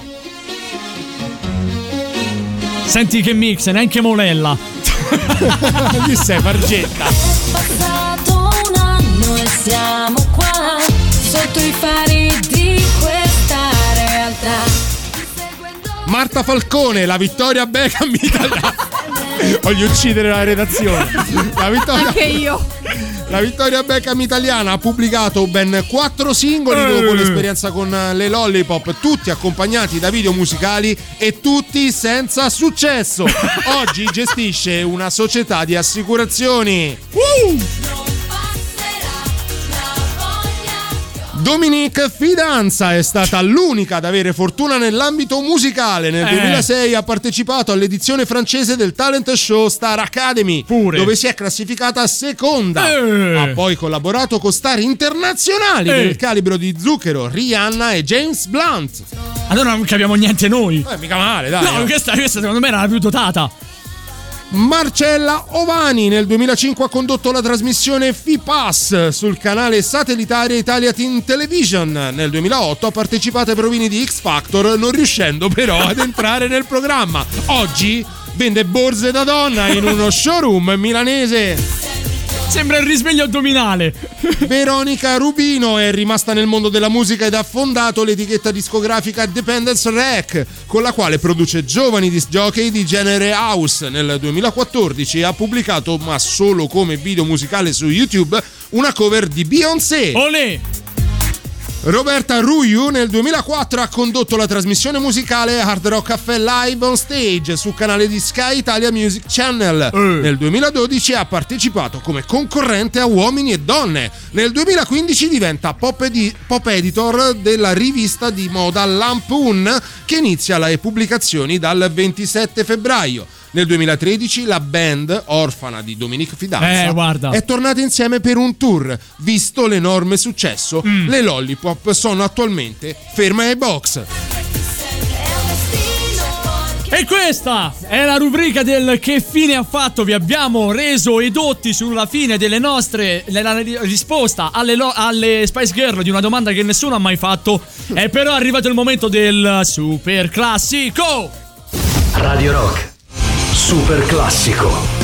Senti che mix, neanche molella. Chi sei, Fargetta? Passato un anno e siamo qua, sotto i fari di questa realtà. Marta Falcone, la Vittoria Beckham italiana. Voglio uccidere la redazione. La Vittoria... Anche io. La Vittoria Beckham italiana ha pubblicato ben quattro singoli dopo l'esperienza con le Lollipop, tutti accompagnati da video musicali e tutti senza successo. Oggi gestisce una società di assicurazioni. Uh! Dominique Fidanza è stata l'unica ad avere fortuna nell'ambito musicale. Nel Eh. duemilasei ha partecipato all'edizione francese del talent show Star Academy, Pure. dove si è classificata seconda. Eh. Ha poi collaborato con star internazionali Eh. del calibro di Zucchero, Rihanna e James Blunt. Allora non capiamo niente noi. Eh, mica male, dai. No, eh. questa, questa secondo me era la più dotata. Marcella Ovani nel duemilacinque ha condotto la trasmissione F-Pass sul canale satellitare Italia Teen Television. Nel duemilaotto ha partecipato ai provini di X Factor, non riuscendo però ad entrare nel programma. Oggi vende borse da donna in uno showroom milanese. Sembra il risveglio addominale. Veronica Rubino è rimasta nel mondo della musica ed ha fondato l'etichetta discografica Dependence Rec, con la quale produce giovani disc jockey di genere house. Nel duemilaquattordici ha pubblicato, ma solo come video musicale su YouTube, una cover di Beyoncé. Olè! Roberta Ruiu nel duemilaquattro ha condotto la trasmissione musicale Hard Rock Caffè Live on Stage sul canale di Sky Italia Music Channel. Eh. Nel duemiladodici ha partecipato come concorrente a Uomini e Donne. Nel duemilaquindici diventa pop, edi- pop editor della rivista di moda Lampoon, che inizia le pubblicazioni dal ventisette febbraio. Nel duemilatredici la band, orfana di Dominique Fidanza, Eh, guarda. è tornata insieme per un tour. Visto l'enorme successo, Mm. le Lollipop sono attualmente ferme ai box. E questa è la rubrica del che fine ha fatto. Vi abbiamo reso edotti sulla fine delle nostre la risposta alle, lo, alle Spice Girl di una domanda che nessuno ha mai fatto. È però arrivato il momento del super classico. Radio Rock Super classico.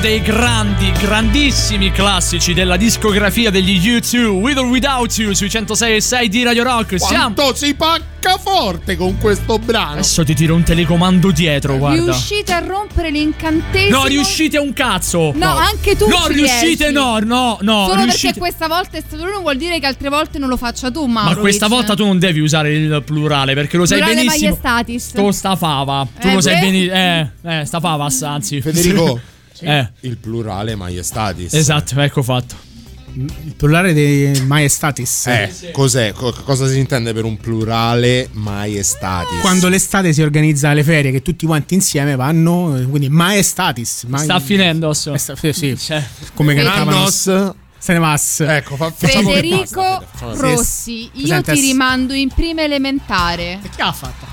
dei grandi, grandissimi classici della discografia degli U due, With or Without You, sui centosei e sei di Radio Rock. Quanto Siamo... si pacca forte con questo brano. Adesso ti tiro un telecomando dietro, guarda. Riuscite a rompere l'incantesimo? No, riuscite un cazzo. No, no. anche tu No, ci riuscite riesci. no, no, no. Solo riuscite... perché questa volta è stato lui, non vuol dire che altre volte non lo faccia tu, Mauro. Ma questa volta tu non devi usare il plurale, perché lo sai Plurale benissimo. Maiestatis. Tu sta fava. Tu Eh, lo sai beh. benissimo. Eh, eh, sta favas, anzi. Federico, eh. il plurale maiestatis. Esatto, ecco fatto. Il plurale dei maiestatis. Eh, cos'è? Co- cosa si intende per un plurale maiestatis? Quando l'estate si organizza alle ferie, che tutti quanti insieme vanno, quindi maestatis. Mai... Sta finendo, Osso. Eh, sta- sì, sì. Cioè. Come cantavano. Annos. Se ne vas. Ecco, fa- facciamo che Federico basta, Fede, facciamo- Rossi, io Presente ti ass- rimando in prima elementare. Che ha fatto?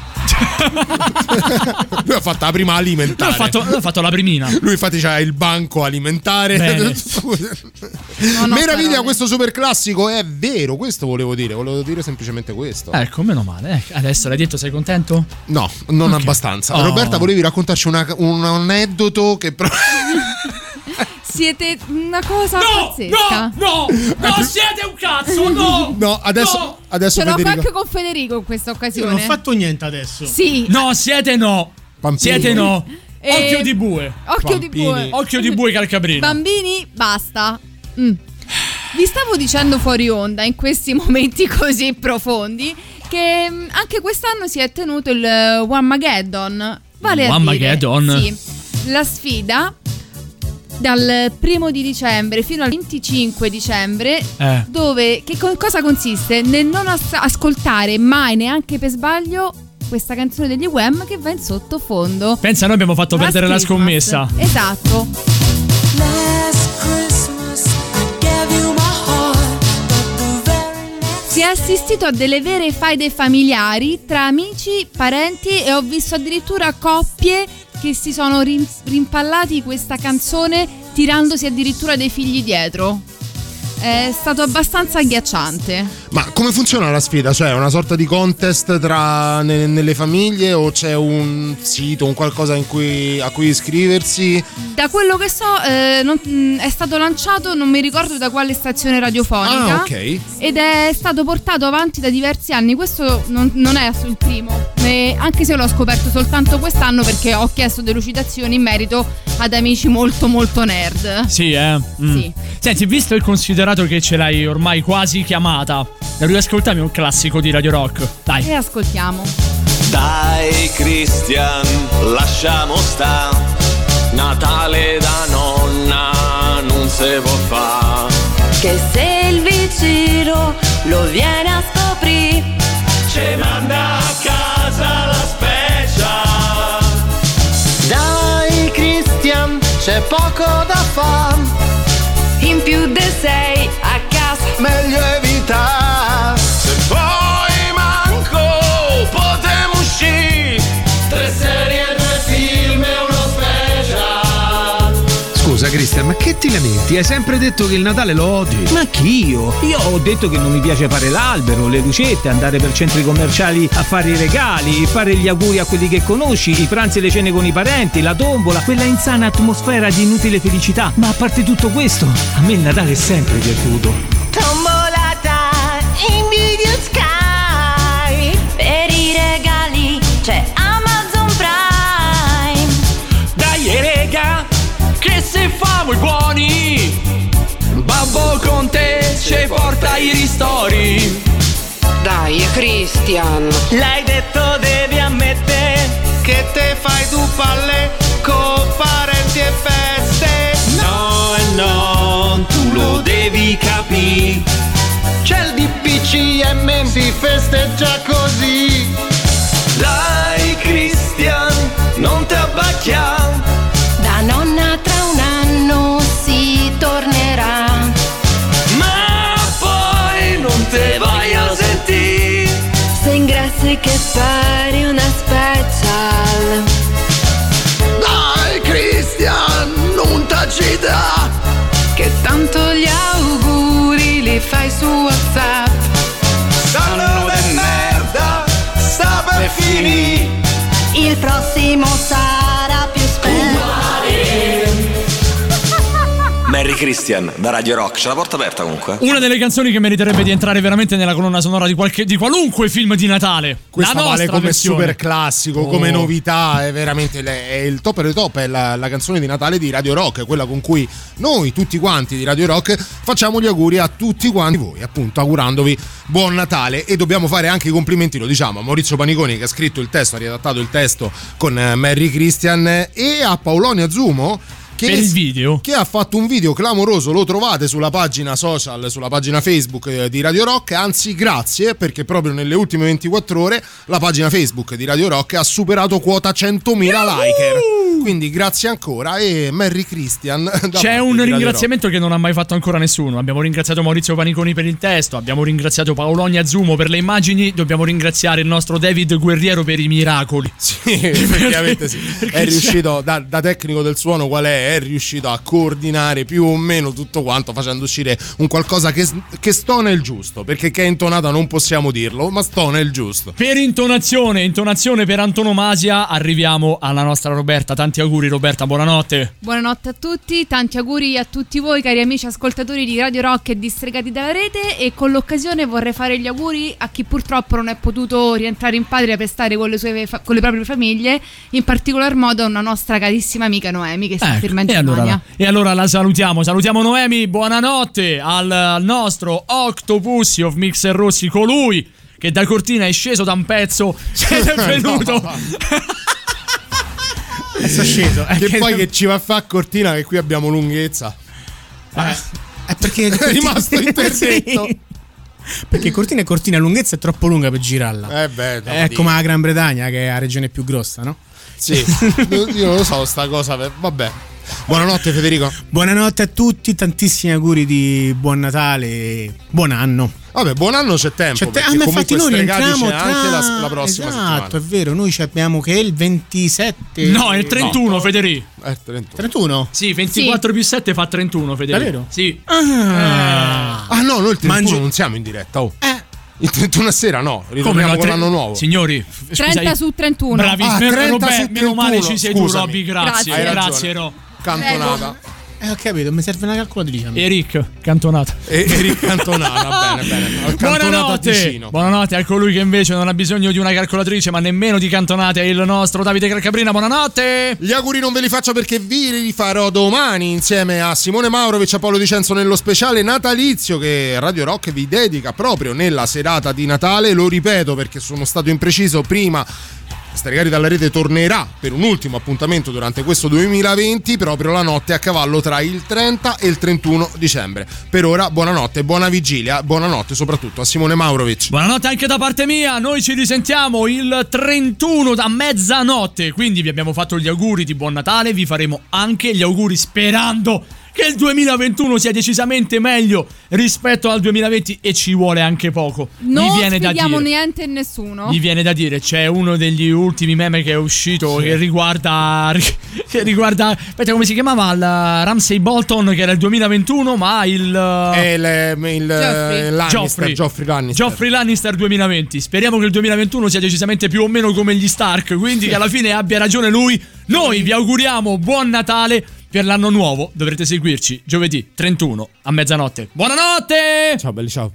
Lui ha fatto la prima alimentare. Lui ha fatto, lui ha fatto la primina. Lui infatti c'ha il banco alimentare. Bene. Non ho Meraviglia, parole. questo super classico è vero, questo volevo dire, volevo dire semplicemente questo. Ecco, meno male. Eh. Adesso l'hai detto, sei contento? No, non Ok. abbastanza. Oh. Roberta, volevi raccontarci una- un aneddoto che però... Siete una cosa No, pazzesca. no, no, no, siete un cazzo, no. No, adesso, No. adesso Ce l'ho Federico... anche con Federico in questa Io occasione. non ho fatto niente adesso. Sì. No, siete no. Pampini. Siete no. Eh, Occhio di bue. Occhio di Pampini. bue. Occhio di bue, Calcabrino. Bambini, basta. Mm. Vi stavo dicendo fuori onda, in questi momenti così profondi, che mm, anche quest'anno si è tenuto il uh, Whamageddon. Vale a dire, Whamageddon? sì, la sfida dal primo di dicembre fino al venticinque dicembre, Eh. dove che co- cosa consiste? Nel non as- ascoltare mai, neanche per sbaglio, questa canzone degli Wham che va in sottofondo. Pensa, noi abbiamo fatto Last perdere la Christmas. scommessa. Esatto. Si è assistito a delle vere faide familiari tra amici, parenti e ho visto addirittura coppie che si sono rim- rimpallati questa canzone tirandosi addirittura dei figli dietro. È stato abbastanza agghiacciante. Ma come funziona la sfida? Cioè, è una sorta di contest tra ne- nelle famiglie o c'è un sito, un qualcosa in cui, a cui iscriversi? Da quello che so eh, non- mh, è stato lanciato, non mi ricordo da quale stazione radiofonica. Ah, ok. Ed è stato portato avanti da diversi anni. Questo non, non è il primo, eh, anche se l'ho scoperto soltanto quest'anno perché ho chiesto delucidazioni in merito ad amici molto molto nerd. Sì, eh. Mm. Sì. Senti, visto e considerato che ce l'hai ormai quasi chiamata, devi ascoltarmi un classico di Radio Rock. Dai. E ascoltiamo. Dai Christian, lasciamo sta. Natale da nonna non se può fa. Che se il vicino lo viene a scoprire, Ce manda a casa la special. Dai Christian, c'è poco da fare. in più di sei a casa, Meglio evitare. Se poi manco potremo uscire. Tre serie, due film e uno special. Scusa Cristian, ma che ti lamenti? Hai sempre detto che il Natale lo odi. Ma chi io? Io ho detto che non mi piace fare l'albero, le lucette, andare per centri commerciali a fare i regali, fare gli auguri a quelli che conosci, i pranzi e le cene con i parenti, la tombola, quella insana atmosfera di inutile felicità. Ma a parte tutto questo, a me il Natale è sempre piaciuto. tombolata in video sky, per i regali c'è Amazon Prime. Dai rega, che se famo i buoni, Babbo con te ci porta i ristori. Dai Christian, L'hai detto, devi ammettere che te fai tu palle con parenti e feste. No e no, tu lo devi capire. C'è il D P C M, si festeggia così. Dai Christian, non ti abbacchia. Da nonna tra un anno si tornerà. Ma poi non te vai a sentire. Se ingressi che fare una special. Dai Christian, non t'agita. che tanto gli auguri li fai su WhatsApp. Sanno de merda, sta per finire. Il prossimo sarà più special. Christian da Radio Rock, c'è la porta aperta comunque. Una delle canzoni che meriterebbe di entrare veramente nella colonna sonora di, qualche, di qualunque film di Natale. Questa la vale come versione. super classico, Oh. come novità, è veramente le- è il top dei top, è la, la canzone di Natale di Radio Rock, quella con cui noi tutti quanti di Radio Rock facciamo gli auguri a tutti quanti voi, appunto augurandovi buon Natale. E dobbiamo fare anche i complimenti, lo diciamo, a Maurizio Paniconi che ha scritto il testo, ha riadattato il testo con eh, Merry Christian, e a Paolonia Zumo che, Per il video. che ha fatto un video clamoroso, lo trovate sulla pagina social, sulla pagina Facebook eh, di Radio Rock, anzi grazie, perché proprio nelle ultime ventiquattro ore la pagina Facebook di Radio Rock ha superato quota centomila liker, quindi grazie ancora e Merry Christian. da parte C'è di un Radio ringraziamento che non ha mai fatto ancora nessuno. Abbiamo ringraziato Maurizio Paniconi per il testo, abbiamo ringraziato Paolonia Zumo per le immagini, dobbiamo ringraziare il nostro David Guerriero per i miracoli. Sì, effettivamente sì. È riuscito, da, da tecnico del suono qual è, è riuscito a coordinare più o meno tutto quanto, facendo uscire un qualcosa che, che stona il giusto, perché che è intonata non possiamo dirlo, ma stona il giusto. Per intonazione, intonazione per antonomasia, arriviamo alla nostra Roberta. Tanti auguri Roberta, buonanotte. Buonanotte a tutti, tanti auguri a tutti voi cari amici ascoltatori di Radio Rock e distregati dalla rete, e con l'occasione vorrei fare gli auguri a chi purtroppo non è potuto rientrare in patria per stare con le, sue fa- con le proprie famiglie, in particolar modo a una nostra carissima amica Noemi che sta Ecco, firmando e in allora, Germania. la, e allora la salutiamo, salutiamo Noemi, buonanotte al, al nostro Octopussy of Mixer Rossi, colui che da Cortina è sceso da un pezzo, se n'è venuto. Adesso è sceso. Che Eh, poi che ci va a fare a Cortina, che qui abbiamo lunghezza. Eh, è perché È rimasto interdetto. Sì. Perché Cortina è Cortina, lunghezza è troppo lunga per girarla. Eh beh, È come la Gran Bretagna, che è la regione più grossa, no? Sì, io non lo so sta cosa, vabbè. Buonanotte Federico. Buonanotte a tutti, tantissimi auguri di buon Natale e buon anno. Vabbè, buon anno, c'è tempo. C'è te- perché ah, ma comunque infatti noi Stregati rientriamo c'è anche tra... la, la prossima esatto, settimana. è vero, noi ci abbiamo che è il ventisette. No, è il trentuno, No. Federico. È il trentuno. trentuno? Sì, ventiquattro più sette fa trentuno, Federico. Davvero? Sì. Ah, Ah no, noi il trentuno Mangio- non siamo in diretta. Oh. Eh. Il trentuno a sera no, ritorniamo no? con Tre- l'anno nuovo. Signori, f- trenta scusate, su trentuno. Bravissimo, Ah, trenta Robè, su meno male trentuno, ci sei tu, scusami. Robby, grazie, Hai ragione. grazie, Ro. Cantonata. Eh, ho capito, mi serve una calcolatrice. a me. Eric, cantonata. E Eric Cantonata, bene, bene. Al cantonato a Buonanotte, Ticino. buonanotte a colui che invece non ha bisogno di una calcolatrice, ma nemmeno di cantonate, è il nostro Davide Calcabrina. Buonanotte. Gli auguri non ve li faccio perché vi rifarò domani insieme a Simone Maurovic, a Paolo Dicenzo nello speciale natalizio che Radio Rock vi dedica proprio nella serata di Natale. Lo ripeto perché sono stato impreciso prima. Stregati dalla rete tornerà per un ultimo appuntamento durante questo duemilaventi, proprio la notte a cavallo tra il trenta e il trentuno dicembre. Per ora buonanotte, buona vigilia, buonanotte soprattutto a Simone Maurovic. Buonanotte anche da parte mia, noi ci risentiamo il trentuno da mezzanotte, quindi vi abbiamo fatto gli auguri di buon Natale, vi faremo anche gli auguri sperando che il duemilaventuno sia decisamente meglio rispetto al duemilaventi, e ci vuole anche poco. Non Mi viene da spieghiamo dire. niente a nessuno. Mi viene da dire, c'è uno degli ultimi meme che è uscito che riguarda che riguarda aspetta, come si chiamava, il Ramsay Bolton, che era il duemilaventuno, ma il È il, il Geoffrey. Lannister, Geoffrey. Geoffrey Lannister. Geoffrey Lannister duemilaventi. Speriamo che il duemilaventuno sia decisamente più o meno come gli Stark, quindi che alla fine abbia ragione lui. Noi vi auguriamo buon Natale. Per l'anno nuovo dovrete seguirci giovedì trentuno a mezzanotte. Buonanotte! Ciao belli, ciao.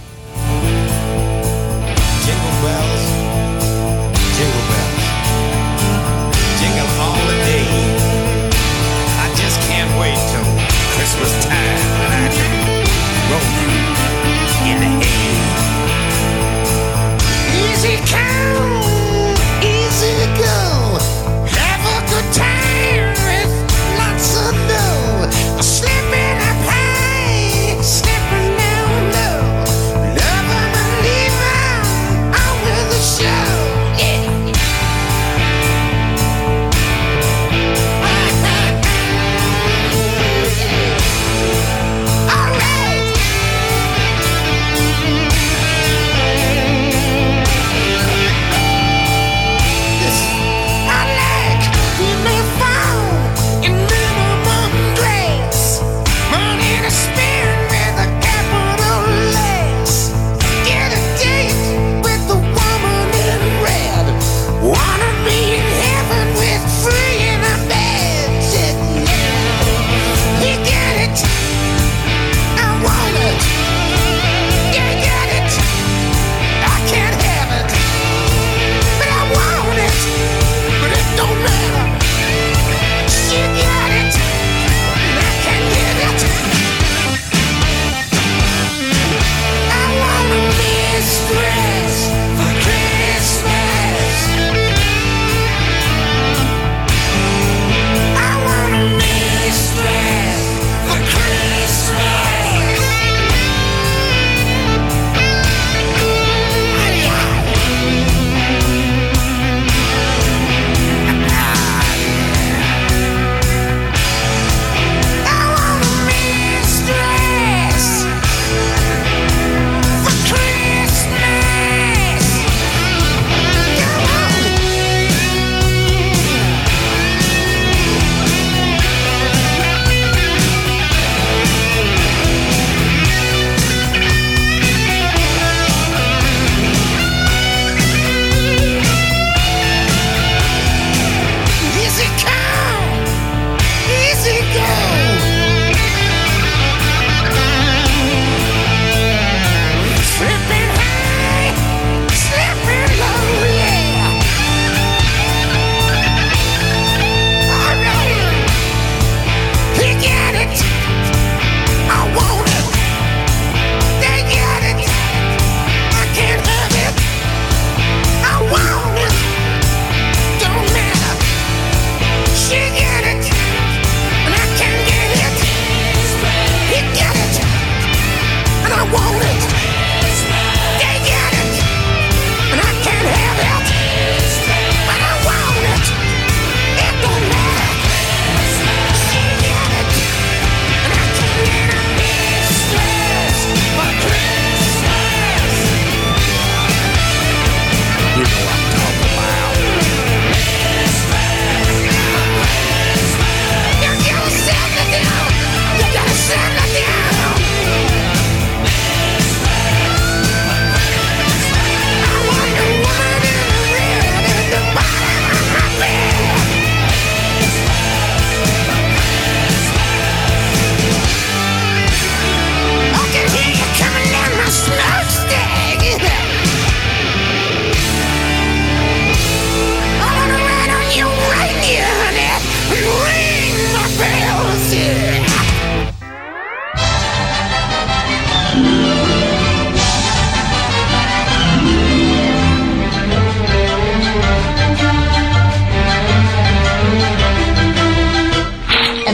Jingle bells, jingle bells, jingle all the day. I just can't wait till Christmas time when I can roll through in the hay. Easy come, easy go. Have a good time with lots of dough. Slip in a pie, slipping down low.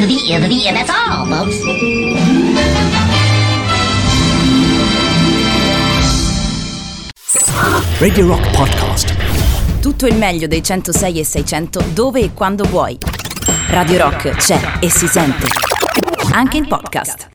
the via, the via, that's all, folks. Radio Rock Podcast. Tutto il meglio dei centosei e seicento dove e quando vuoi. Radio Rock c'è e si sente. Anche in podcast.